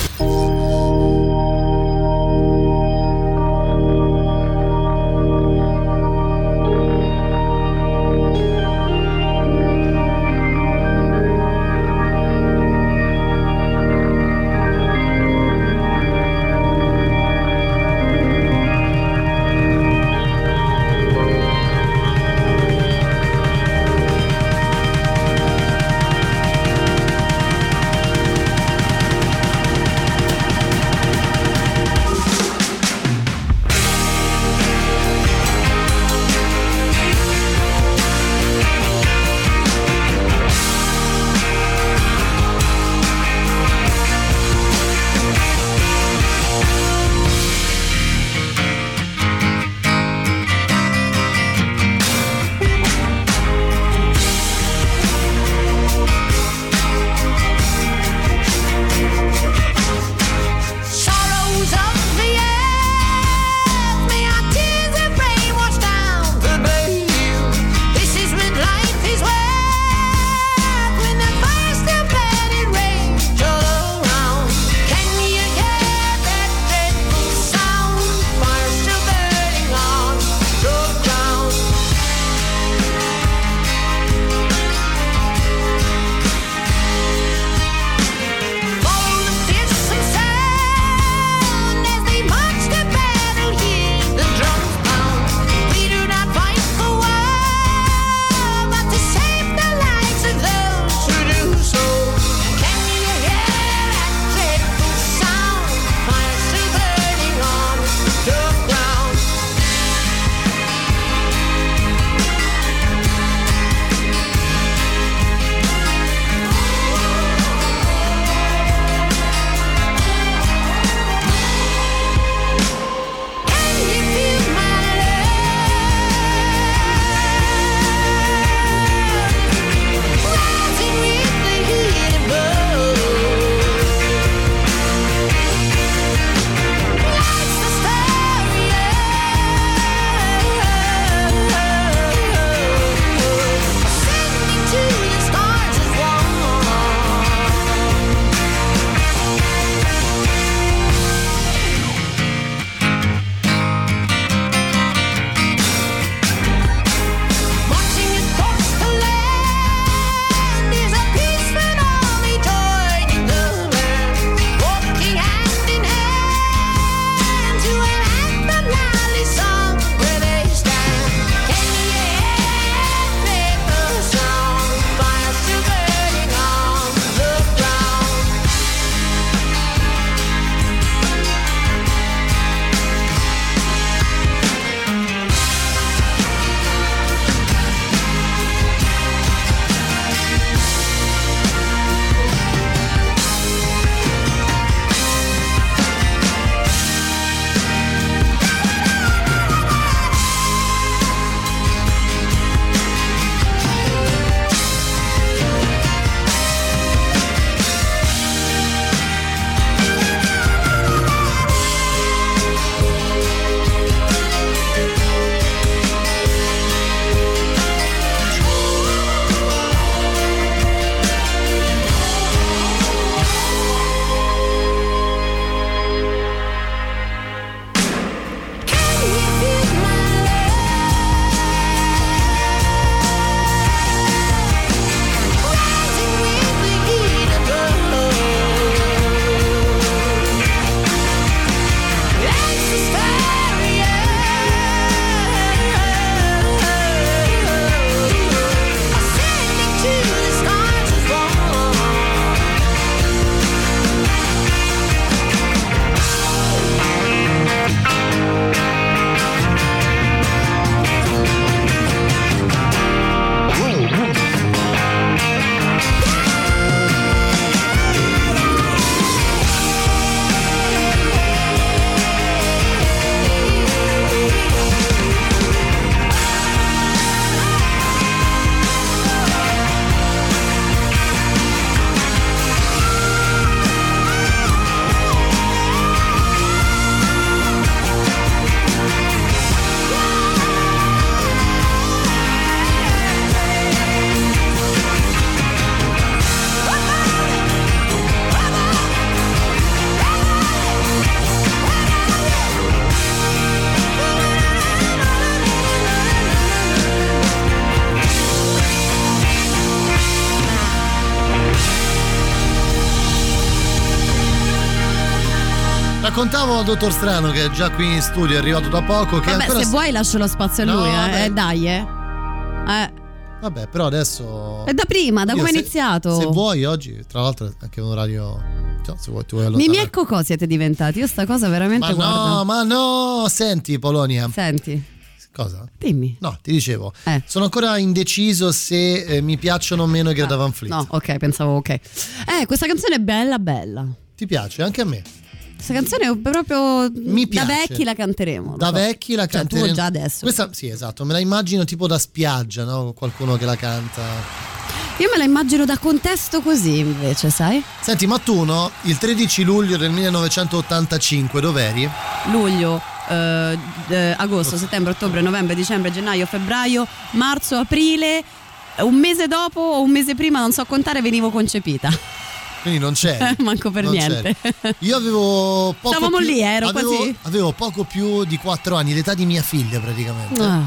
Raccontavo al dottor Strano, che è già qui in studio, è arrivato da poco, che Vabbè, ancora se vuoi lascio lo spazio a No, lui, vabbè. eh. eh dai, eh. eh. Vabbè, però adesso È da prima, da Io come è se- iniziato. Se vuoi oggi, tra l'altro è anche un orario, cioè, se vuoi tu vuoi Mi allontanare. miei cocò siete diventati. Io sta cosa veramente Ma guarda. no, ma no, senti Polonia. Senti. Cosa? Dimmi. No, ti dicevo, Eh. sono ancora indeciso se eh, mi piacciono o meno i Greta Van Fleet. No, ok, pensavo ok. Eh, questa canzone è bella bella. Ti piace? Anche a me. Questa canzone è proprio Mi da piace. vecchi la canteremo. lo Da so. vecchi la Cioè, canteremo. tu già adesso. Questa, sì, esatto, me la immagino tipo da spiaggia, no? Qualcuno che la canta. Io me la immagino da contesto così invece, sai? Senti, ma tu no? Il tredici luglio del millenovecentottantacinque dov'eri? Luglio, eh, eh, agosto, settembre, ottobre, novembre, dicembre, gennaio, febbraio, marzo, aprile. Un mese dopo o un mese prima, non so contare, venivo concepita. Quindi non c'eri. Manco per Non niente. c'eri. Io avevo poco Stavamo più, lì, ero avevo, quasi. avevo poco più di quattro anni, l'età di mia figlia praticamente. Ah.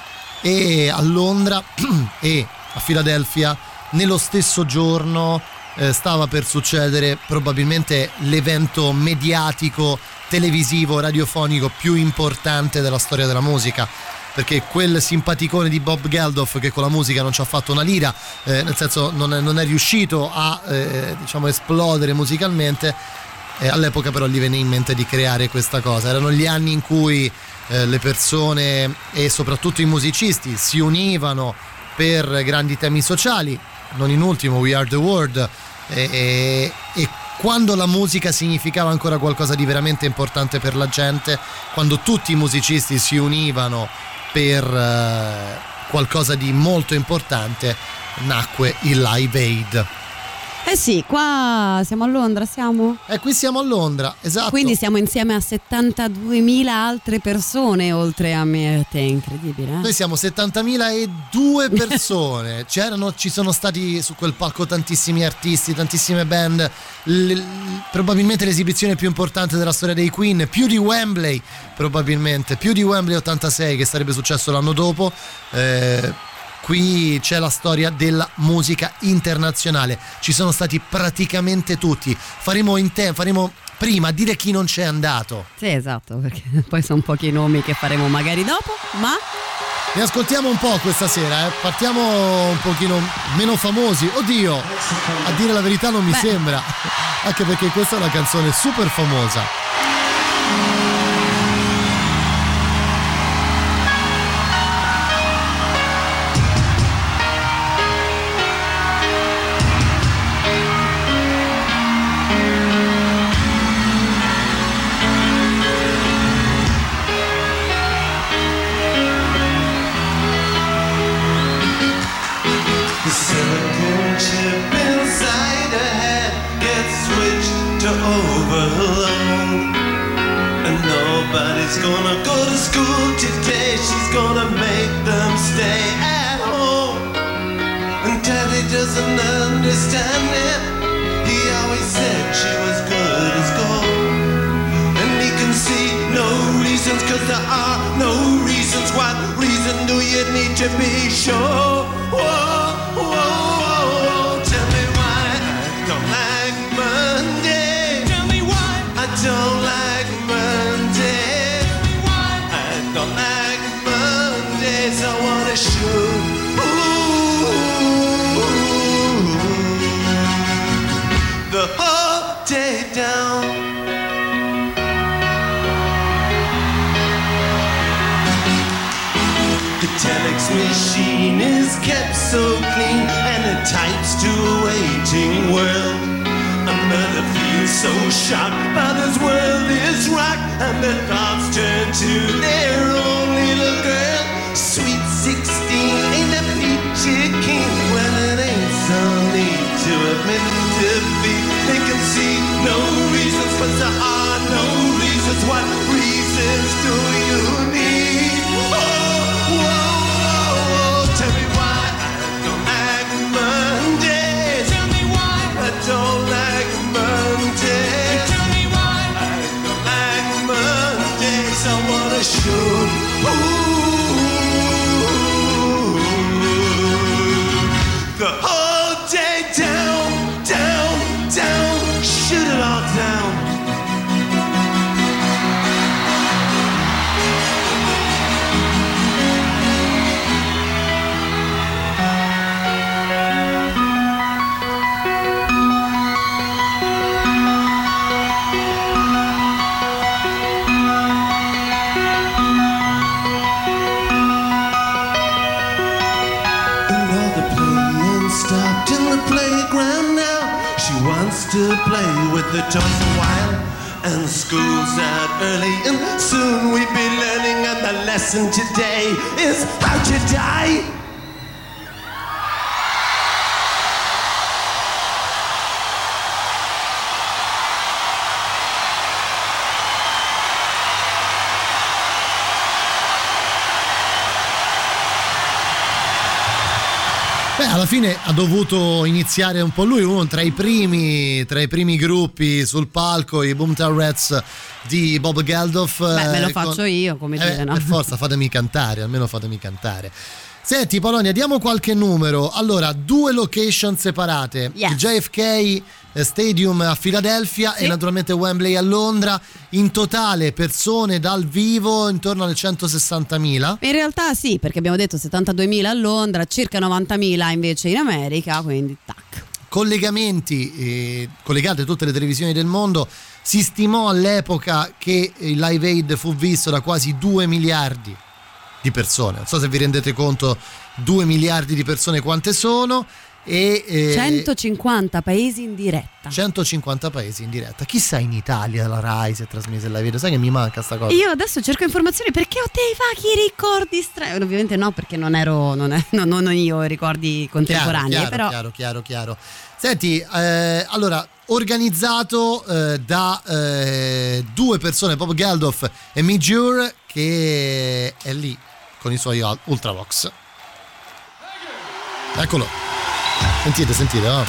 E a Londra e a Filadelfia nello stesso giorno eh, stava per succedere probabilmente l'evento mediatico, televisivo, radiofonico più importante della storia della musica, perché quel simpaticone di Bob Geldof, che con la musica non ci ha fatto una lira, eh, nel senso non è, non è riuscito a eh, diciamo esplodere musicalmente, eh, all'epoca però gli venne in mente di creare questa cosa. Erano gli anni in cui eh, le persone e soprattutto i musicisti si univano per grandi temi sociali, non in ultimo We Are The World, e, e, e quando la musica significava ancora qualcosa di veramente importante per la gente, quando tutti i musicisti si univano per eh, qualcosa di molto importante, nacque il Live Aid. Eh sì, qua siamo a Londra, siamo? E qui siamo a Londra, esatto. Quindi siamo insieme a settantaduemila altre persone oltre a me e a te, incredibile. Eh? Noi siamo settantamila e due persone. C'erano, ci sono stati su quel palco tantissimi artisti, tantissime band. L- l- probabilmente l'esibizione più importante della storia dei Queen, più di Wembley, probabilmente, più di Wembley ottantasei, che sarebbe successo l'anno dopo. Eh, Qui c'è la storia della musica internazionale. Ci sono stati praticamente tutti. Faremo in te, faremo prima a dire chi non c'è andato. Sì, esatto, perché poi sono pochi nomi che faremo magari dopo, ma Ne ascoltiamo un po' questa sera, eh. Partiamo un pochino meno famosi. Oddio, a dire la verità non mi Beh. sembra. Anche perché questa è una canzone super famosa. Overload, and nobody's gonna go to school today. She's gonna make them stay at home, and Daddy doesn't understand it. He always said she was good as gold, and he can see no reasons, cause there are no reasons. What reason do you need to be sure? Whoa, whoa, whoa, tell me why I don't like Monday. I don't like Mondays. I don't like Mondays. I wanna shoot. Ooh, the whole day down. The telex machine is kept so clean, and it types to a waiting world. A mother feels so shocked, mother's world is rocked, and the thoughts turn to their own little girl. Sweet sixteen ain't a peachy keen. Well, it ain't so neat to admit defeat. They can see no reasons, but there are no reasons. What reasons do you need? Oh, whoa, whoa, whoa. Tell me why I don't like Mondays. Tell me why I don't like Mondays. Tell me why I don't like Mondays. I wanna shoot. Ooh, the whole day down, down, down. Shoot it all down. play with the toys a while. And school's out early and soon we'll be learning, and the lesson today is how to die. Beh, alla fine ha dovuto iniziare un po' lui, uno tra i primi tra i primi gruppi sul palco, i Boomtown Rats di Bob Geldof. Beh, me lo eh, faccio con... io, come eh, dire, no? Per forza, fatemi cantare, almeno fatemi cantare. Senti Polonia, diamo qualche numero. Allora, due location separate, yes. il J F K Stadium a Filadelfia, sì, e naturalmente Wembley a Londra. In totale persone dal vivo intorno alle centosessantamila. In realtà sì, perché abbiamo detto settantaduemila a Londra, circa novantamila invece in America, quindi tac. Collegamenti, eh, collegate tutte le televisioni del mondo. Si stimò all'epoca che il Live Aid fu visto da quasi due miliardi di persone. Non so se vi rendete conto, due miliardi di persone quante sono. E eh, centocinquanta paesi in diretta. centocinquanta paesi in diretta. Chissà in Italia la Rai si è trasmessa il live video. Sai che mi manca sta cosa? Io adesso cerco informazioni perché ho dei vaghi ricordi strani. Ovviamente no, perché non ero non, è, non, non io ricordi contemporanei. Chiaro, però... chiaro, chiaro, chiaro. Senti, eh, allora, organizzato eh, da eh, due persone, Bob Geldof e Mick Jure, che è lì con i suoi Ultravox. Eccolo. Sentite, sentite, no?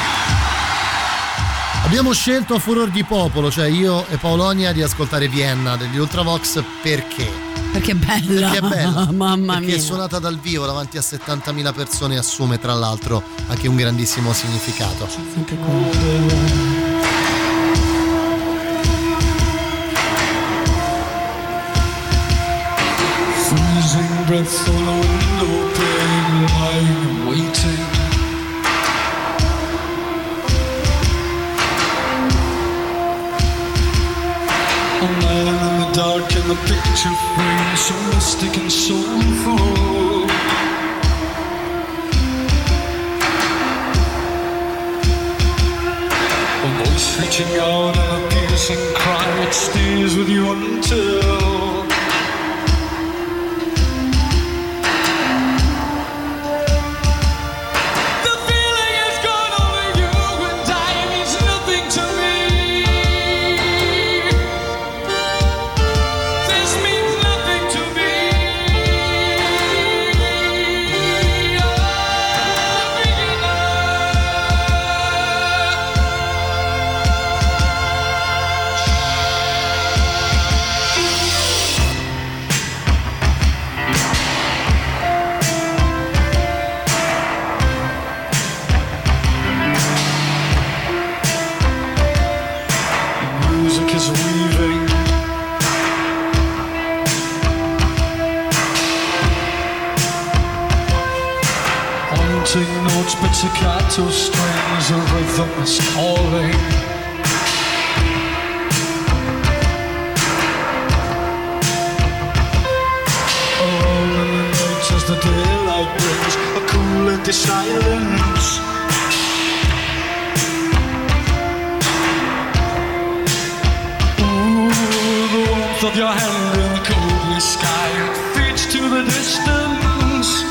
Abbiamo scelto a furor di popolo, cioè io e Paolonia, di ascoltare Vienna degli Ultravox perché? Perché è bella. Perché è bella. Mamma perché mia. Perché suonata dal vivo davanti a settantamila persone assume tra l'altro anche un grandissimo significato. Senti come. Freezing breath on a window pane, lying waiting. A man in the dark in the picture frame, so mystic and soulful. A voice reaching out in a piercing cry, it stays with you until notes, pizzicato strings, a rhythm is calling. Alone in the night as the daylight brings a cool empty silence. Ooh, the warmth of your hand in the coldly sky fades to the distance.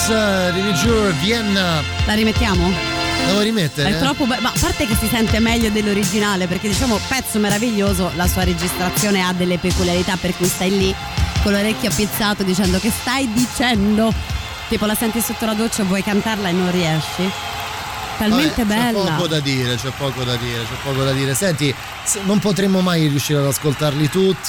Beatles, Review Vienna. La rimettiamo? La vuoi rimettere? È troppo be- ma a parte che si sente meglio dell'originale, perché diciamo pezzo meraviglioso, la sua registrazione ha delle peculiarità per cui stai lì con l'orecchio appizzato dicendo che stai dicendo, tipo la senti sotto la doccia, vuoi cantarla e non riesci. Talmente Vabbè, bella. C'è poco da dire, c'è poco da dire, c'è poco da dire. Senti, non potremmo mai riuscire ad ascoltarli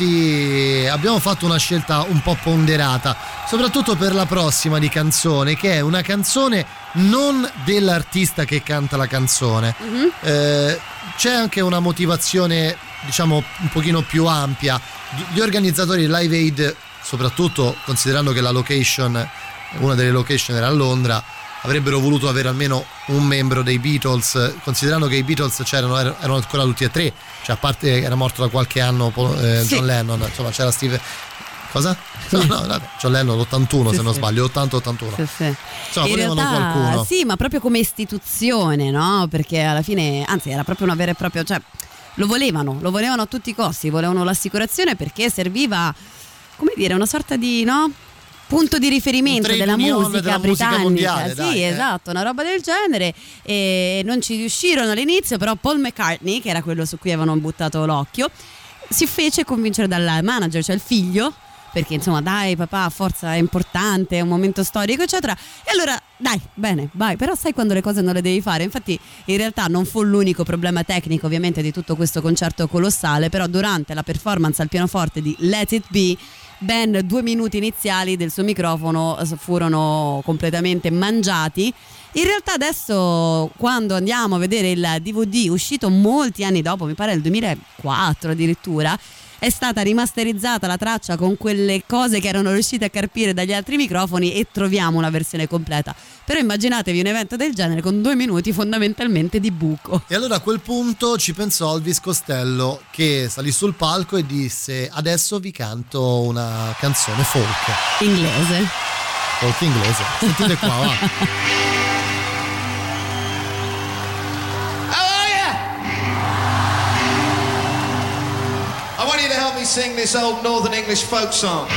tutti. Abbiamo fatto una scelta un po' ponderata, soprattutto per la prossima di canzone, che è una canzone non dell'artista che canta la canzone. Mm-hmm. Eh, c'è anche una motivazione, diciamo, un pochino più ampia. Gli organizzatori di Live Aid, soprattutto considerando che la location, una delle location era a Londra, avrebbero voluto avere almeno un membro dei Beatles, considerando che i Beatles c'erano, erano ancora tutti e tre, cioè a parte che era morto da qualche anno eh, John sì. Lennon, insomma c'era Steve... Cosa? No, no, vabbè, John Lennon l'ottantuno sì, se non sì. sbaglio, ottanta ottantuno. Sì, sì. Insomma, in volevano realtà, qualcuno. Sì, ma proprio come istituzione, no? Perché alla fine, anzi era proprio una vera e propria, cioè lo volevano, lo volevano a tutti i costi, volevano l'assicurazione perché serviva, come dire, una sorta di, no? punto di riferimento della musica della britannica, musica mondiale, sì, dai, esatto, eh. una roba del genere, e non ci riuscirono all'inizio, però Paul McCartney, che era quello su cui avevano buttato l'occhio, si fece convincere dal manager, cioè il figlio, perché insomma dai papà, forza, è importante, è un momento storico eccetera, e allora dai, bene, vai, però sai quando le cose non le devi fare. Infatti in realtà non fu l'unico problema tecnico ovviamente di tutto questo concerto colossale, però durante la performance al pianoforte di Let It Be ben due minuti iniziali del suo microfono furono completamente mangiati. In realtà adesso, quando andiamo a vedere il D V D uscito molti anni dopo, mi pare nel duemilaquattro addirittura, è stata rimasterizzata la traccia con quelle cose che erano riuscite a carpire dagli altri microfoni e troviamo una versione completa. Però immaginatevi un evento del genere con due minuti fondamentalmente di buco. E allora a quel punto ci pensò Elvis Costello, che salì sul palco e disse: adesso vi canto una canzone folk inglese. Folk inglese. Sentite qua, va. I want you to help me sing this old Northern English folk song.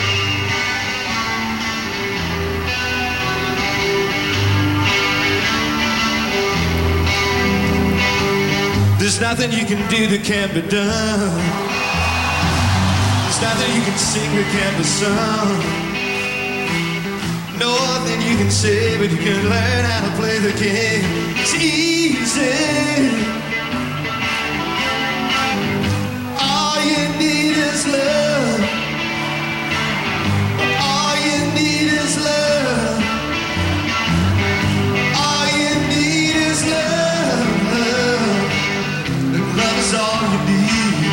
There's nothing you can do that can't be done. There's nothing you can sing that can't be sung. Nothing you can say, but you can learn how to play the game. It's easy. All you need is love. All you need is love. All you need is love. And love is all you need.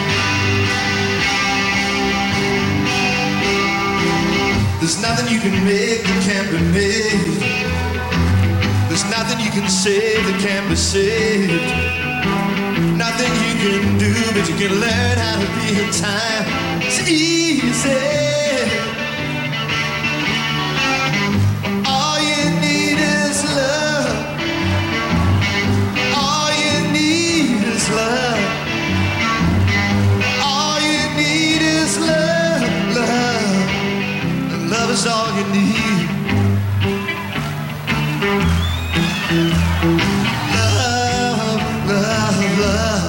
There's nothing you can make that can't be made. There's nothing you can say that can't be saved. Nothing you can do, but you can learn how to be in time. It's easy. All you need is love. All you need is love. All you need is love, love. And love is all you need. Love, love, love.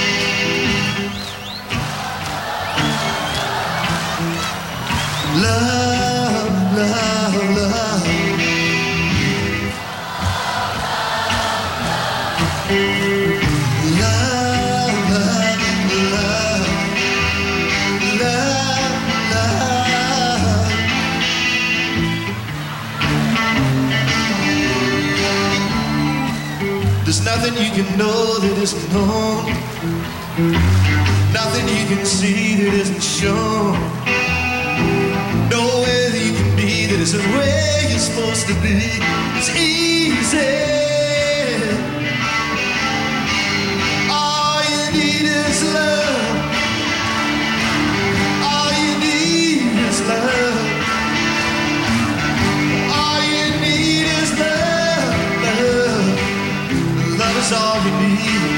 Love, love, love. Love, love, love. Love, love. There's nothing you can know that isn't known. Nothing you can see that isn't shown. Nowhere that you can be that isn't where you're supposed to be. It's easy. All you need is love. All you need is love. All you need is love. Love, love is all you need.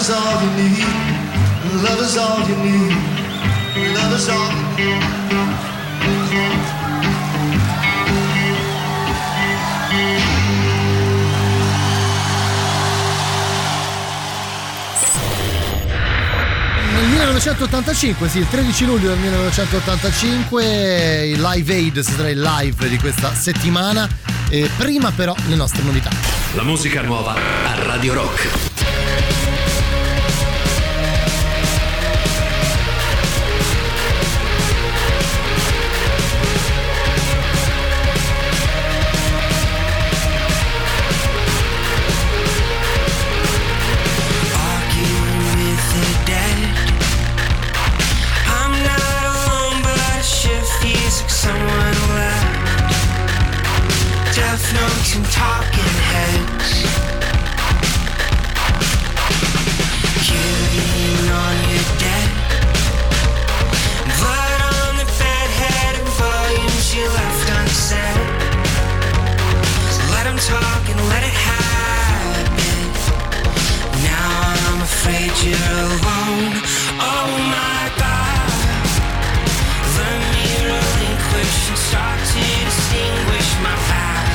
is all you need. Love is all you need. Love is all you need. Nel millenovecentottantacinque, sì, il tredici luglio del millenovecentottantacinque, il Live Aid sarà il live di questa settimana. E prima però le nostre novità. La musica nuova a Radio Rock. Notes and talking heads, killing on your dead, blood on the bedhead and volumes you left unsaid. So let them talk and let it happen. Now I'm afraid you're alone. Oh my God, let me relinquish and start to distinguish my past.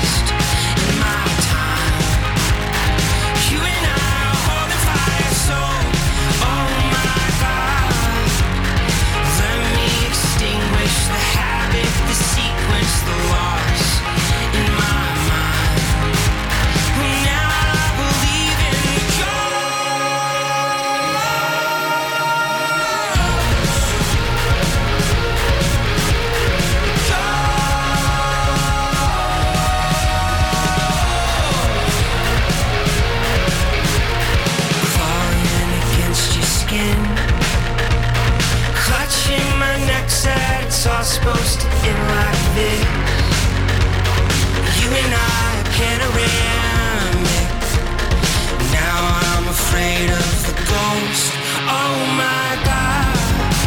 It's all supposed to end like this. You and I are panoramic. Now I'm afraid of the ghost. Oh my God,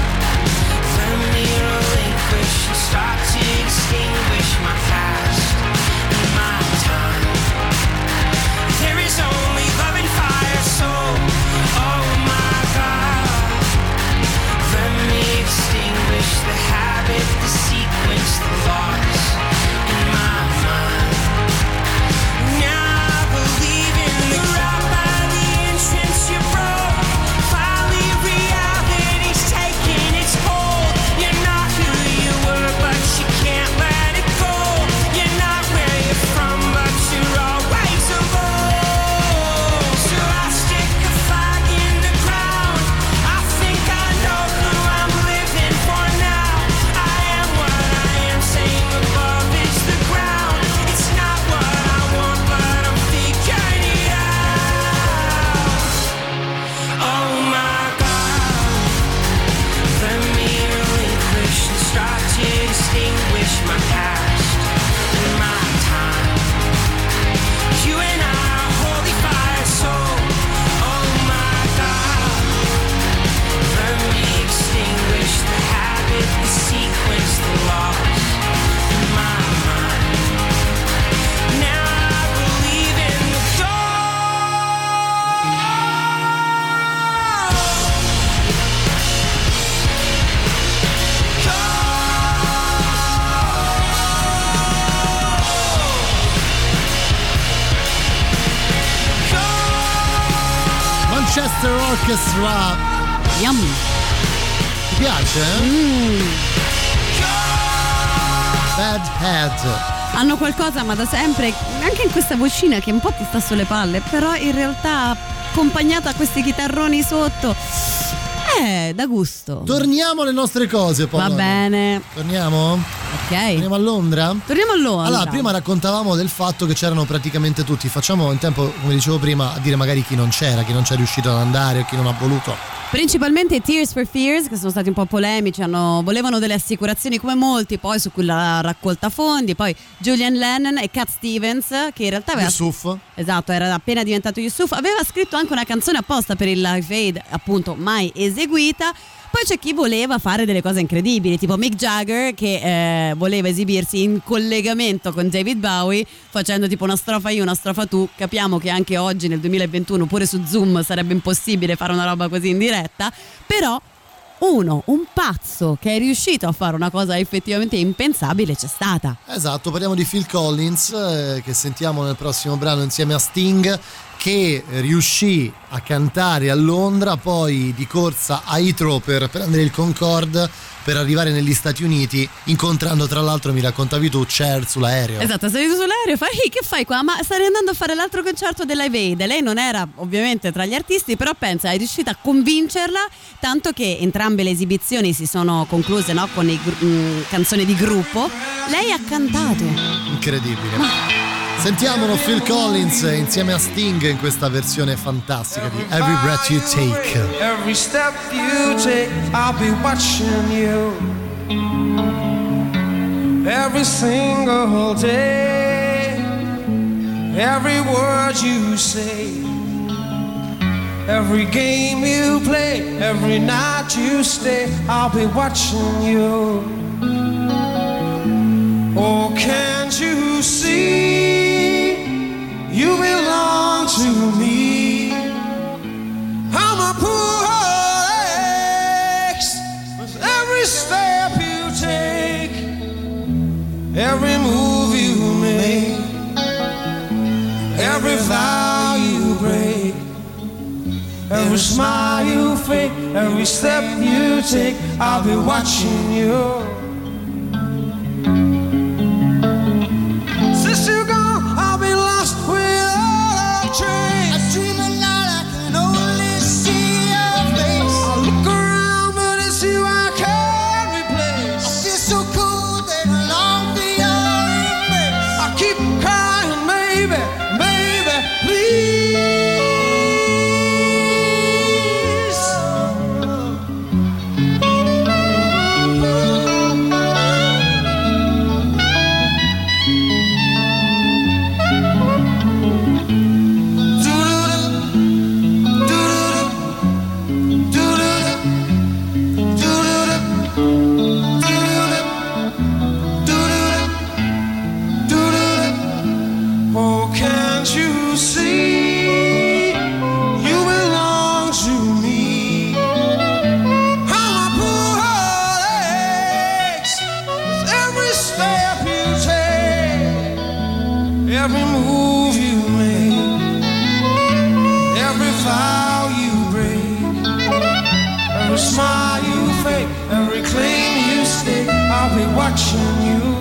let me relinquish and start to distinguish my past and my time. There is only love and fire, so oh my God, let me extinguish the habit, the sequence, the loss in my mind. Now I believe in the crowd by the entrance you broke. Finally reality's taking its hold. You're not who you were, but you can't let it go. You're not where you're from, but you're always alone. So I stick a flag in the ground. I think I know who I'm living for now. I am what I am, saying above is the ground. It's not what I want, but I'm figuring it out. Oh my God, let me relinquish and start to distinguish my past and my time. You and I are holy fire, so oh my God, let me extinguish the habit, the sequence, the loss in my mind. Now I believe in the Manchester Orchestra. Yum. Ti piace? Mm. Bad Head. Hanno qualcosa, ma da sempre, anche in questa vocina che un po' ti sta sulle palle, però in realtà accompagnata a questi chitarroni sotto, eh, da gusto. Torniamo alle nostre cose, poi. Va bene. Torniamo? Ok. Torniamo a Londra? Torniamo a Londra. Allora, prima raccontavamo del fatto che c'erano praticamente tutti. Facciamo in tempo, come dicevo prima, a dire magari chi non c'era, chi non c'è riuscito ad andare o chi non ha voluto. Principalmente Tears for Fears, che sono stati un po' polemici, hanno, volevano delle assicurazioni come molti, poi su quella raccolta fondi, poi Julian Lennon e Cat Stevens, che in realtà aveva, Yusuf. Esatto, era appena diventato Yusuf, aveva scritto anche una canzone apposta per il Live Aid, appunto mai eseguita, Poi c'è chi voleva fare delle cose incredibili, tipo Mick Jagger che eh, voleva esibirsi in collegamento con David Bowie facendo tipo una strofa io, una strofa tu. Capiamo che anche oggi nel duemilaventuno pure su Zoom sarebbe impossibile fare una roba così in diretta, però uno, un pazzo che è riuscito a fare una cosa effettivamente impensabile c'è stata. Esatto, parliamo di Phil Collins eh, che sentiamo nel prossimo brano insieme a Sting, che riuscì a cantare a Londra, poi di corsa a Heathrow per prendere il Concorde per arrivare negli Stati Uniti, incontrando tra l'altro, mi raccontavi tu, Cher sull'aereo. Esatto, è salito sull'aereo e fai che fai qua? Ma starei andando a fare l'altro concerto della Live Aid. Lei non era ovviamente tra gli artisti, però pensa, è riuscita a convincerla, tanto che entrambe le esibizioni si sono concluse, no, con i, mh, canzoni di gruppo. Lei ha cantato. Incredibile. Ma... Sentiamolo Phil Collins insieme a Sting in questa versione fantastica di Every Breath You Take. Every step you take, I'll be watching you. Every single day, every word you say, every game you play, every night you stay, I'll be watching you. Oh, can't you see? You belong to me. I'm a poor ex. With every step you take, every move you make, every vow you break, every smile you fake, every step you take, I'll be watching you. Since you're gone, I'll be lost without a trace. I dream at night, I can only see your face. I look around, but it's you I can't replace. I feel so cold that I long for your embrace. I keep crying, maybe, maybe, please. Every move you make, every vow you break, every smile you fake, every claim you stake, I'll be watching you.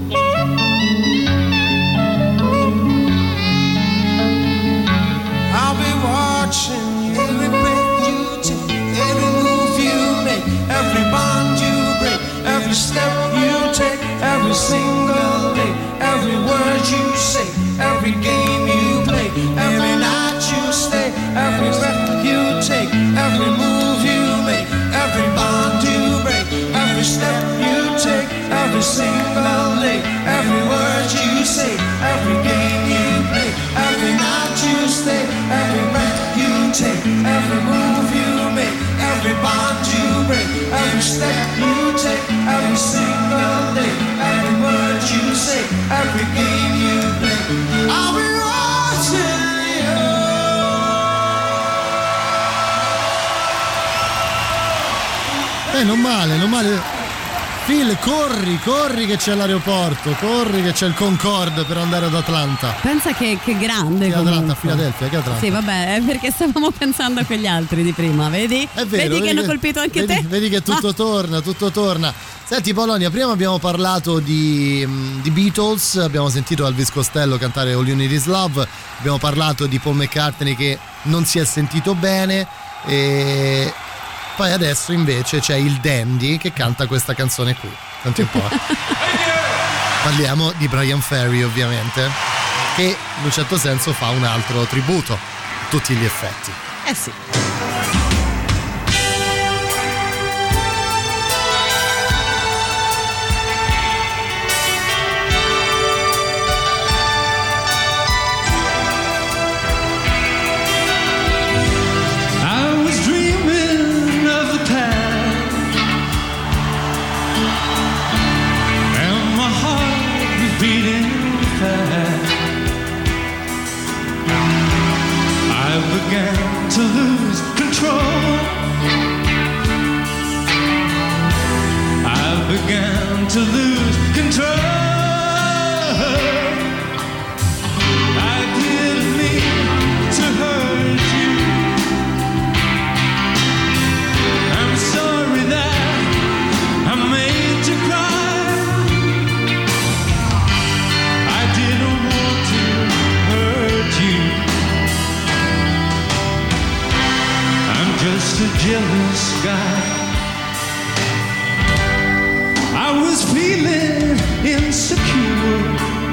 I'll be watching you. Every breath you take, every move you make, every bond you break, every step you take, every single day, every word you say, every game you play, every night you stay, every breath you take, every move you make, every bond you break, every step you take, every single day, every word you say, every game you play, every night you stay, every breath you take, every move you make, every bond you break, every step you take, every single day, every word you say, every game you play, I'll be watching you. Eh, non male, non male. Phil, corri, corri che c'è l'aeroporto, corri che c'è il Concorde per andare ad Atlanta. Pensa che, che grande. Che Atlanta, Filadelfia, che Atlanta. Sì, vabbè, è perché stavamo pensando a quegli altri di prima, vedi? È vero, vedi, vedi che hanno che, colpito anche vedi, te? Vedi che tutto ah. torna, tutto torna. Senti Polonia, prima abbiamo parlato di, di Beatles, abbiamo sentito Elvis Costello cantare All You Need Is Love, abbiamo parlato di Paul McCartney che non si è sentito bene e poi adesso invece c'è il Dandy che canta questa canzone qui. Senti un po'. Parliamo di Brian Ferry ovviamente, che in un certo senso fa un altro tributo a tutti gli effetti. Eh sì. I was dreaming of the past, to lose control. I didn't mean to hurt you. I'm sorry that I made you cry. I didn't want to hurt you. I'm just a jealous guy. I was feeling insecure.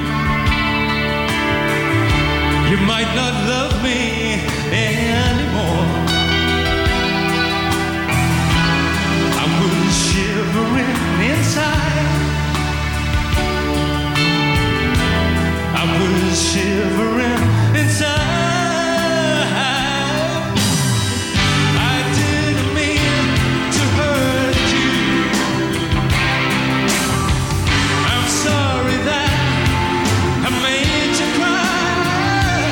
You might not love me anymore. I was shivering inside. I was shivering inside. I didn't mean to hurt you. I'm sorry that I made you cry.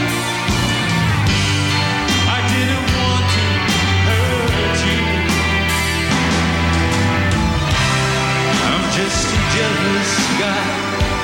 I didn't want to hurt you. I'm just a jealous guy.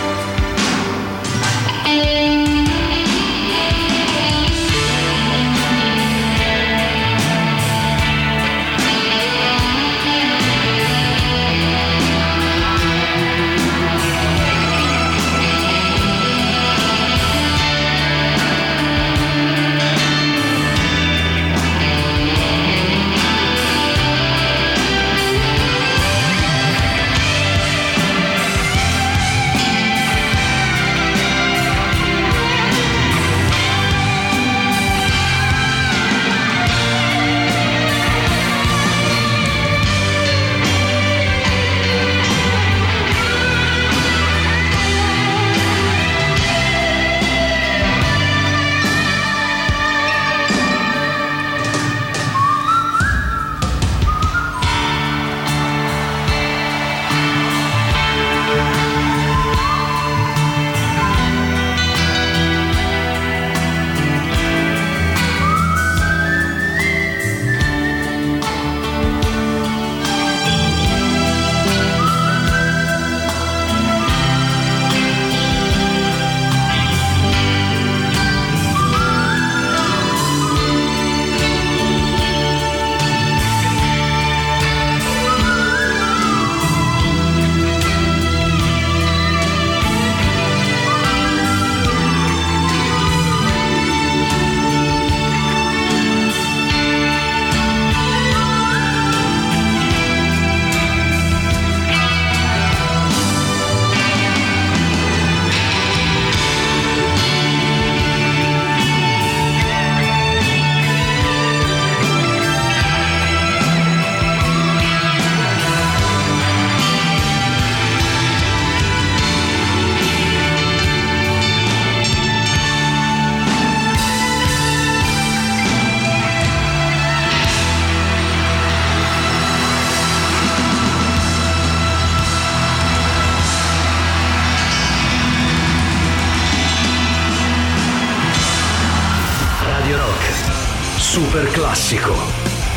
Super classico.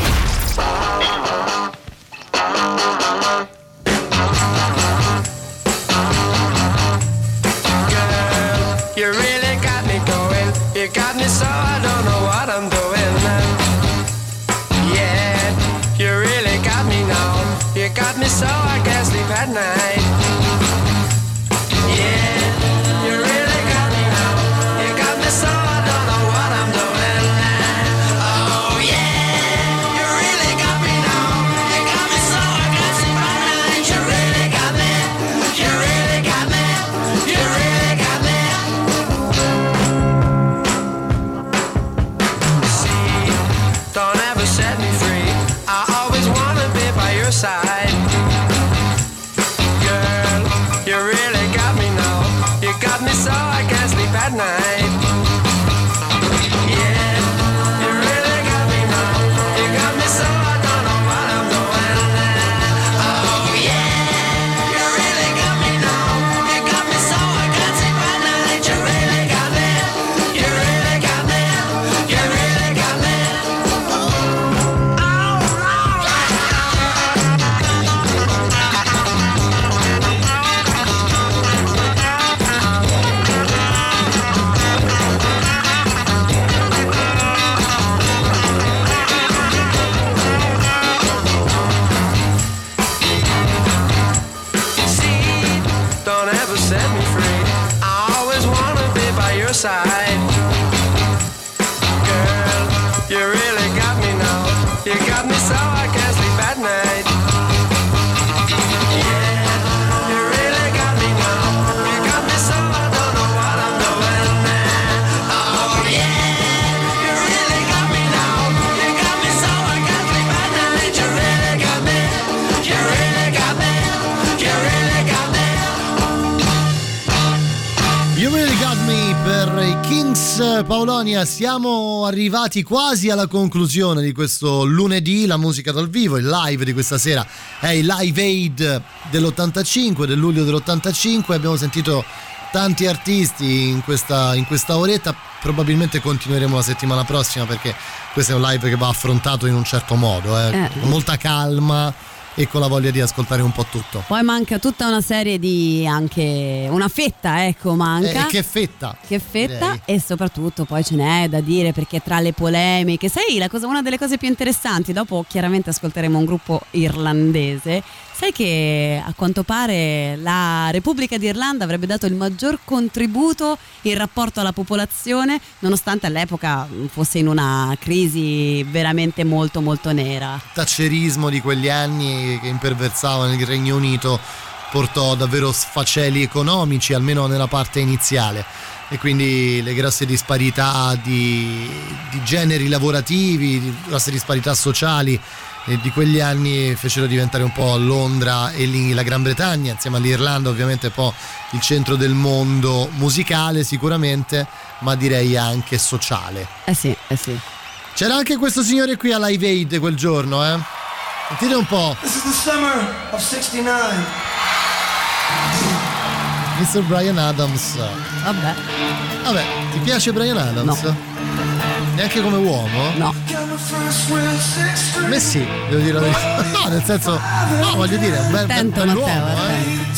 You really got me going. You got me so I don't know what I'm doing. Yeah, you really got me now. You got me so I can't sleep at night. Yeah, you really got me now. You got me so I don't know what I'm doing. Oh yeah, you really got me now. You got me so I can't sleep at night. You really got me. You really got me. You really got me. Don't ever set me free. I always wanna be by your side. Girl, you really got me now. You got me so I can't sleep at night. Yeah, you really got me now. You got me so I don't know what I'm doing. Oh yeah, you really got me now. You got me so I can't sleep at night. You really got me. You really got me. You really got me. Oh, don't ever set me free. I always wanna be by your side. Girl, you really got me now. You got me so I can't sleep at night. Yeah, you really got me now. You got me so I don't know what I'm doing. Oh yeah, you really got me now. You got me so I can't sleep at night. You really got me. You really got me. You really got me. You Really Got Me per i Kings. Paolonia, siamo arrivati quasi alla conclusione di questo lunedì. La musica dal vivo, il live di questa sera è il Live Aid dell'ottantacinque, del luglio dell'ottantacinque. Abbiamo sentito tanti artisti in questa, in questa oretta. Probabilmente continueremo la settimana prossima, perché questo è un live che va affrontato in un certo modo, eh, Eh. con molta calma e con la voglia di ascoltare un po' tutto. Poi manca tutta una serie di, anche una fetta, ecco, manca. Eh, che fetta! Che fetta, direi. e soprattutto poi ce n'è da dire, perché tra le polemiche, sai, la cosa, una delle cose più interessanti, dopo chiaramente ascolteremo un gruppo irlandese, sai che a quanto pare la Repubblica d'Irlanda avrebbe dato il maggior contributo in rapporto alla popolazione, nonostante all'epoca fosse in una crisi veramente molto molto nera. Thatcherismo di quegli anni che imperversavano il Regno Unito portò davvero sfaceli economici, almeno nella parte iniziale, e quindi le grosse disparità di, di generi lavorativi, di grosse disparità sociali eh, di quegli anni fecero diventare un po' Londra e lì la Gran Bretagna, insieme all'Irlanda ovviamente un po' il centro del mondo musicale sicuramente, ma direi anche sociale. Eh sì, eh sì. C'era anche questo signore qui a Live Aid quel giorno, eh? Sentite un po'. This is the summer of sixty-nine. mister Bryan Adams. Vabbè. Vabbè, ti piace Bryan Adams? No. Neanche come uomo? No. A me sì, devo dire la verità. No, nel senso, no, voglio dire, è un bel, bel, Attento, bell'uomo, Matteo, eh.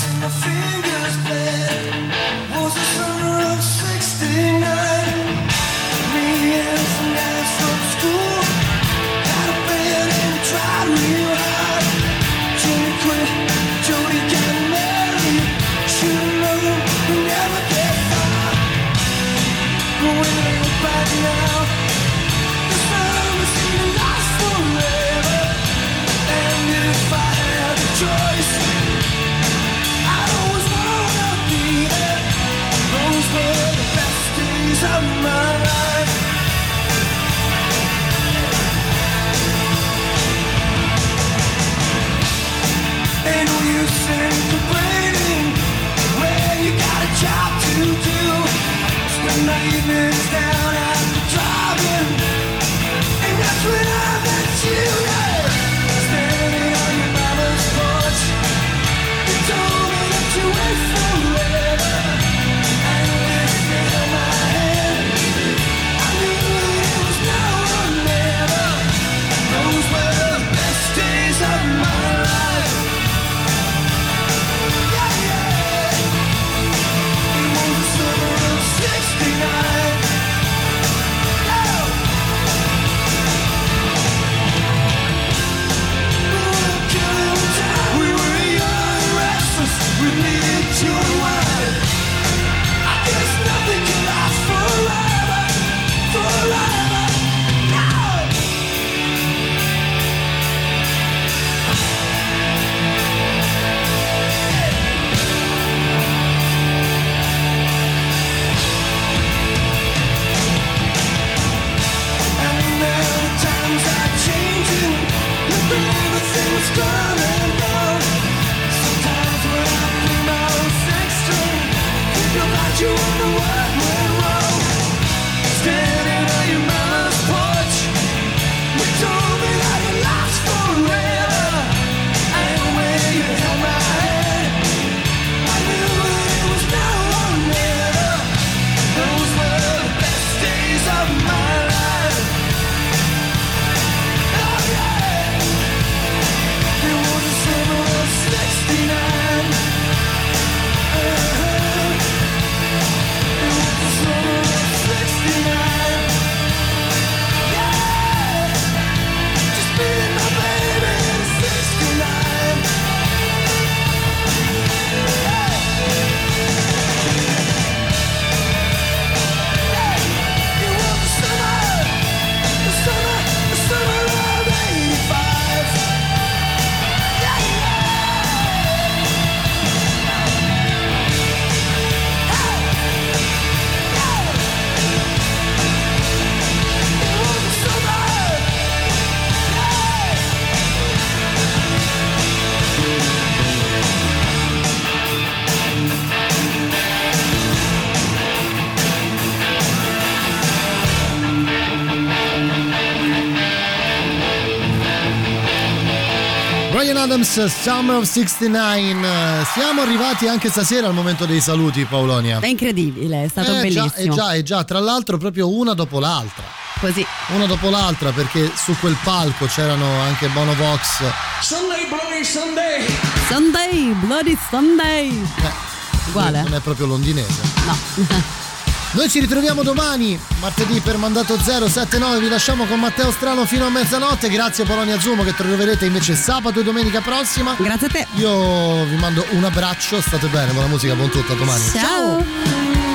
Was the summer of sixty-nine. Me and some guys from school got a band and tried real hard. Jimmy quit, Jody got married. Should've known we never get far. But when I look back now, the summer seemed to last forever. And if I had a choice, I'd always wanna Adams, Summer of sessantanove. Siamo arrivati anche stasera al momento dei saluti, Paolonia. È incredibile, è stato eh, bellissimo. Già, e già, e già, tra l'altro proprio una dopo l'altra. Così. Una dopo l'altra, perché su quel palco c'erano anche Bono Vox. Sunday, Bloody Sunday. Sunday, Bloody Sunday. Eh, Uguale? Non è proprio londinese. No. Noi ci ritroviamo domani, martedì per Mandato zero sette nove. Vi lasciamo con Matteo Strano fino a mezzanotte. Grazie a Polonia Zumo, che troverete invece sabato e domenica prossima. Grazie a te. Io vi mando un abbraccio, state bene, buona musica, buon tutto, a domani. Ciao. Ciao.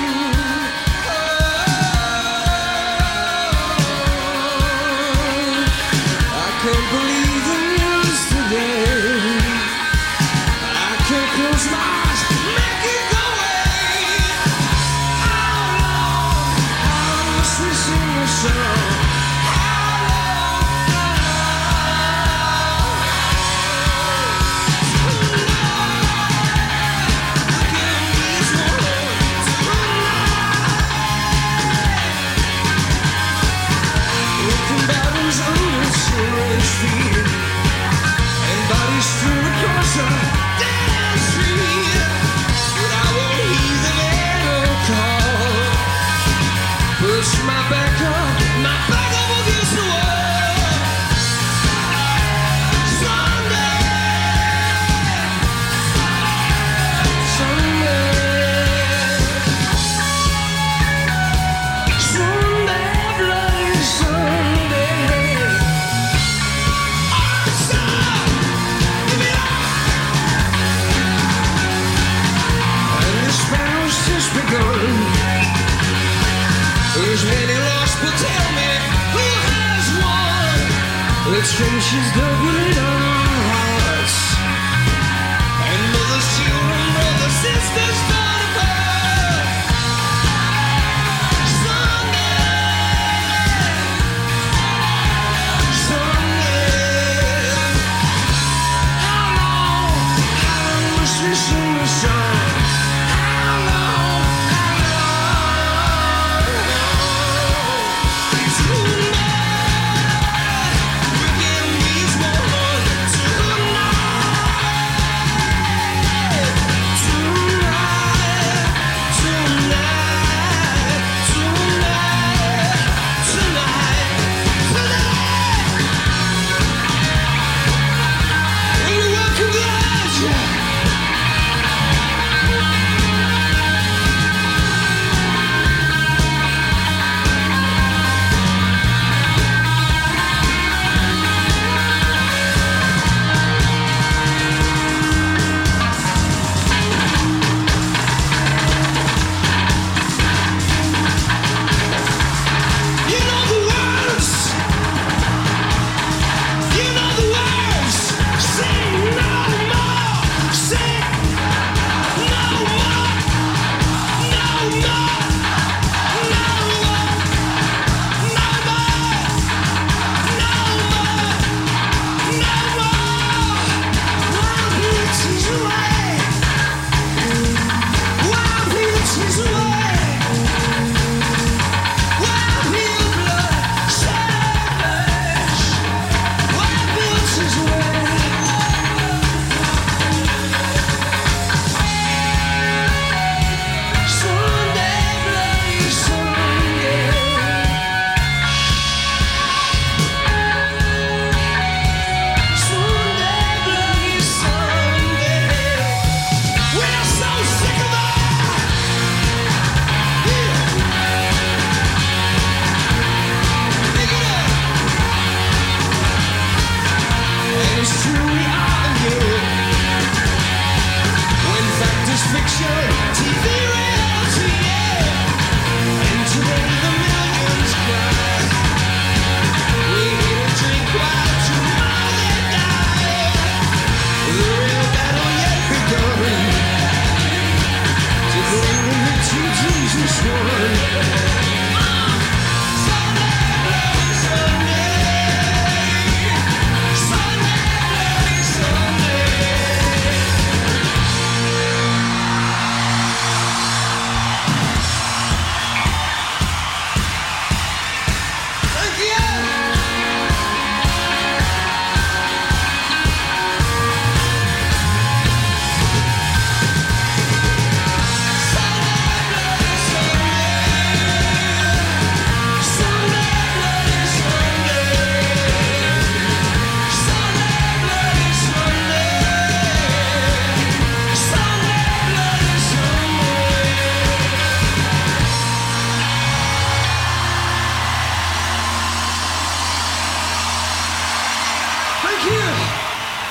Trenches dug with our hearts, and mothers, children, brothers, sisters fall apart. Someday, someday, how long, how long must we sing the song? How long, how long? Tonight, we can reach one.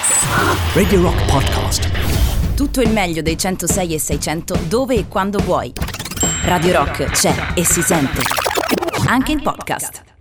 Radio Rock Podcast. Tutto il meglio dei centosei e seicento dove e quando vuoi. Radio Rock c'è e si sente. Anche in podcast.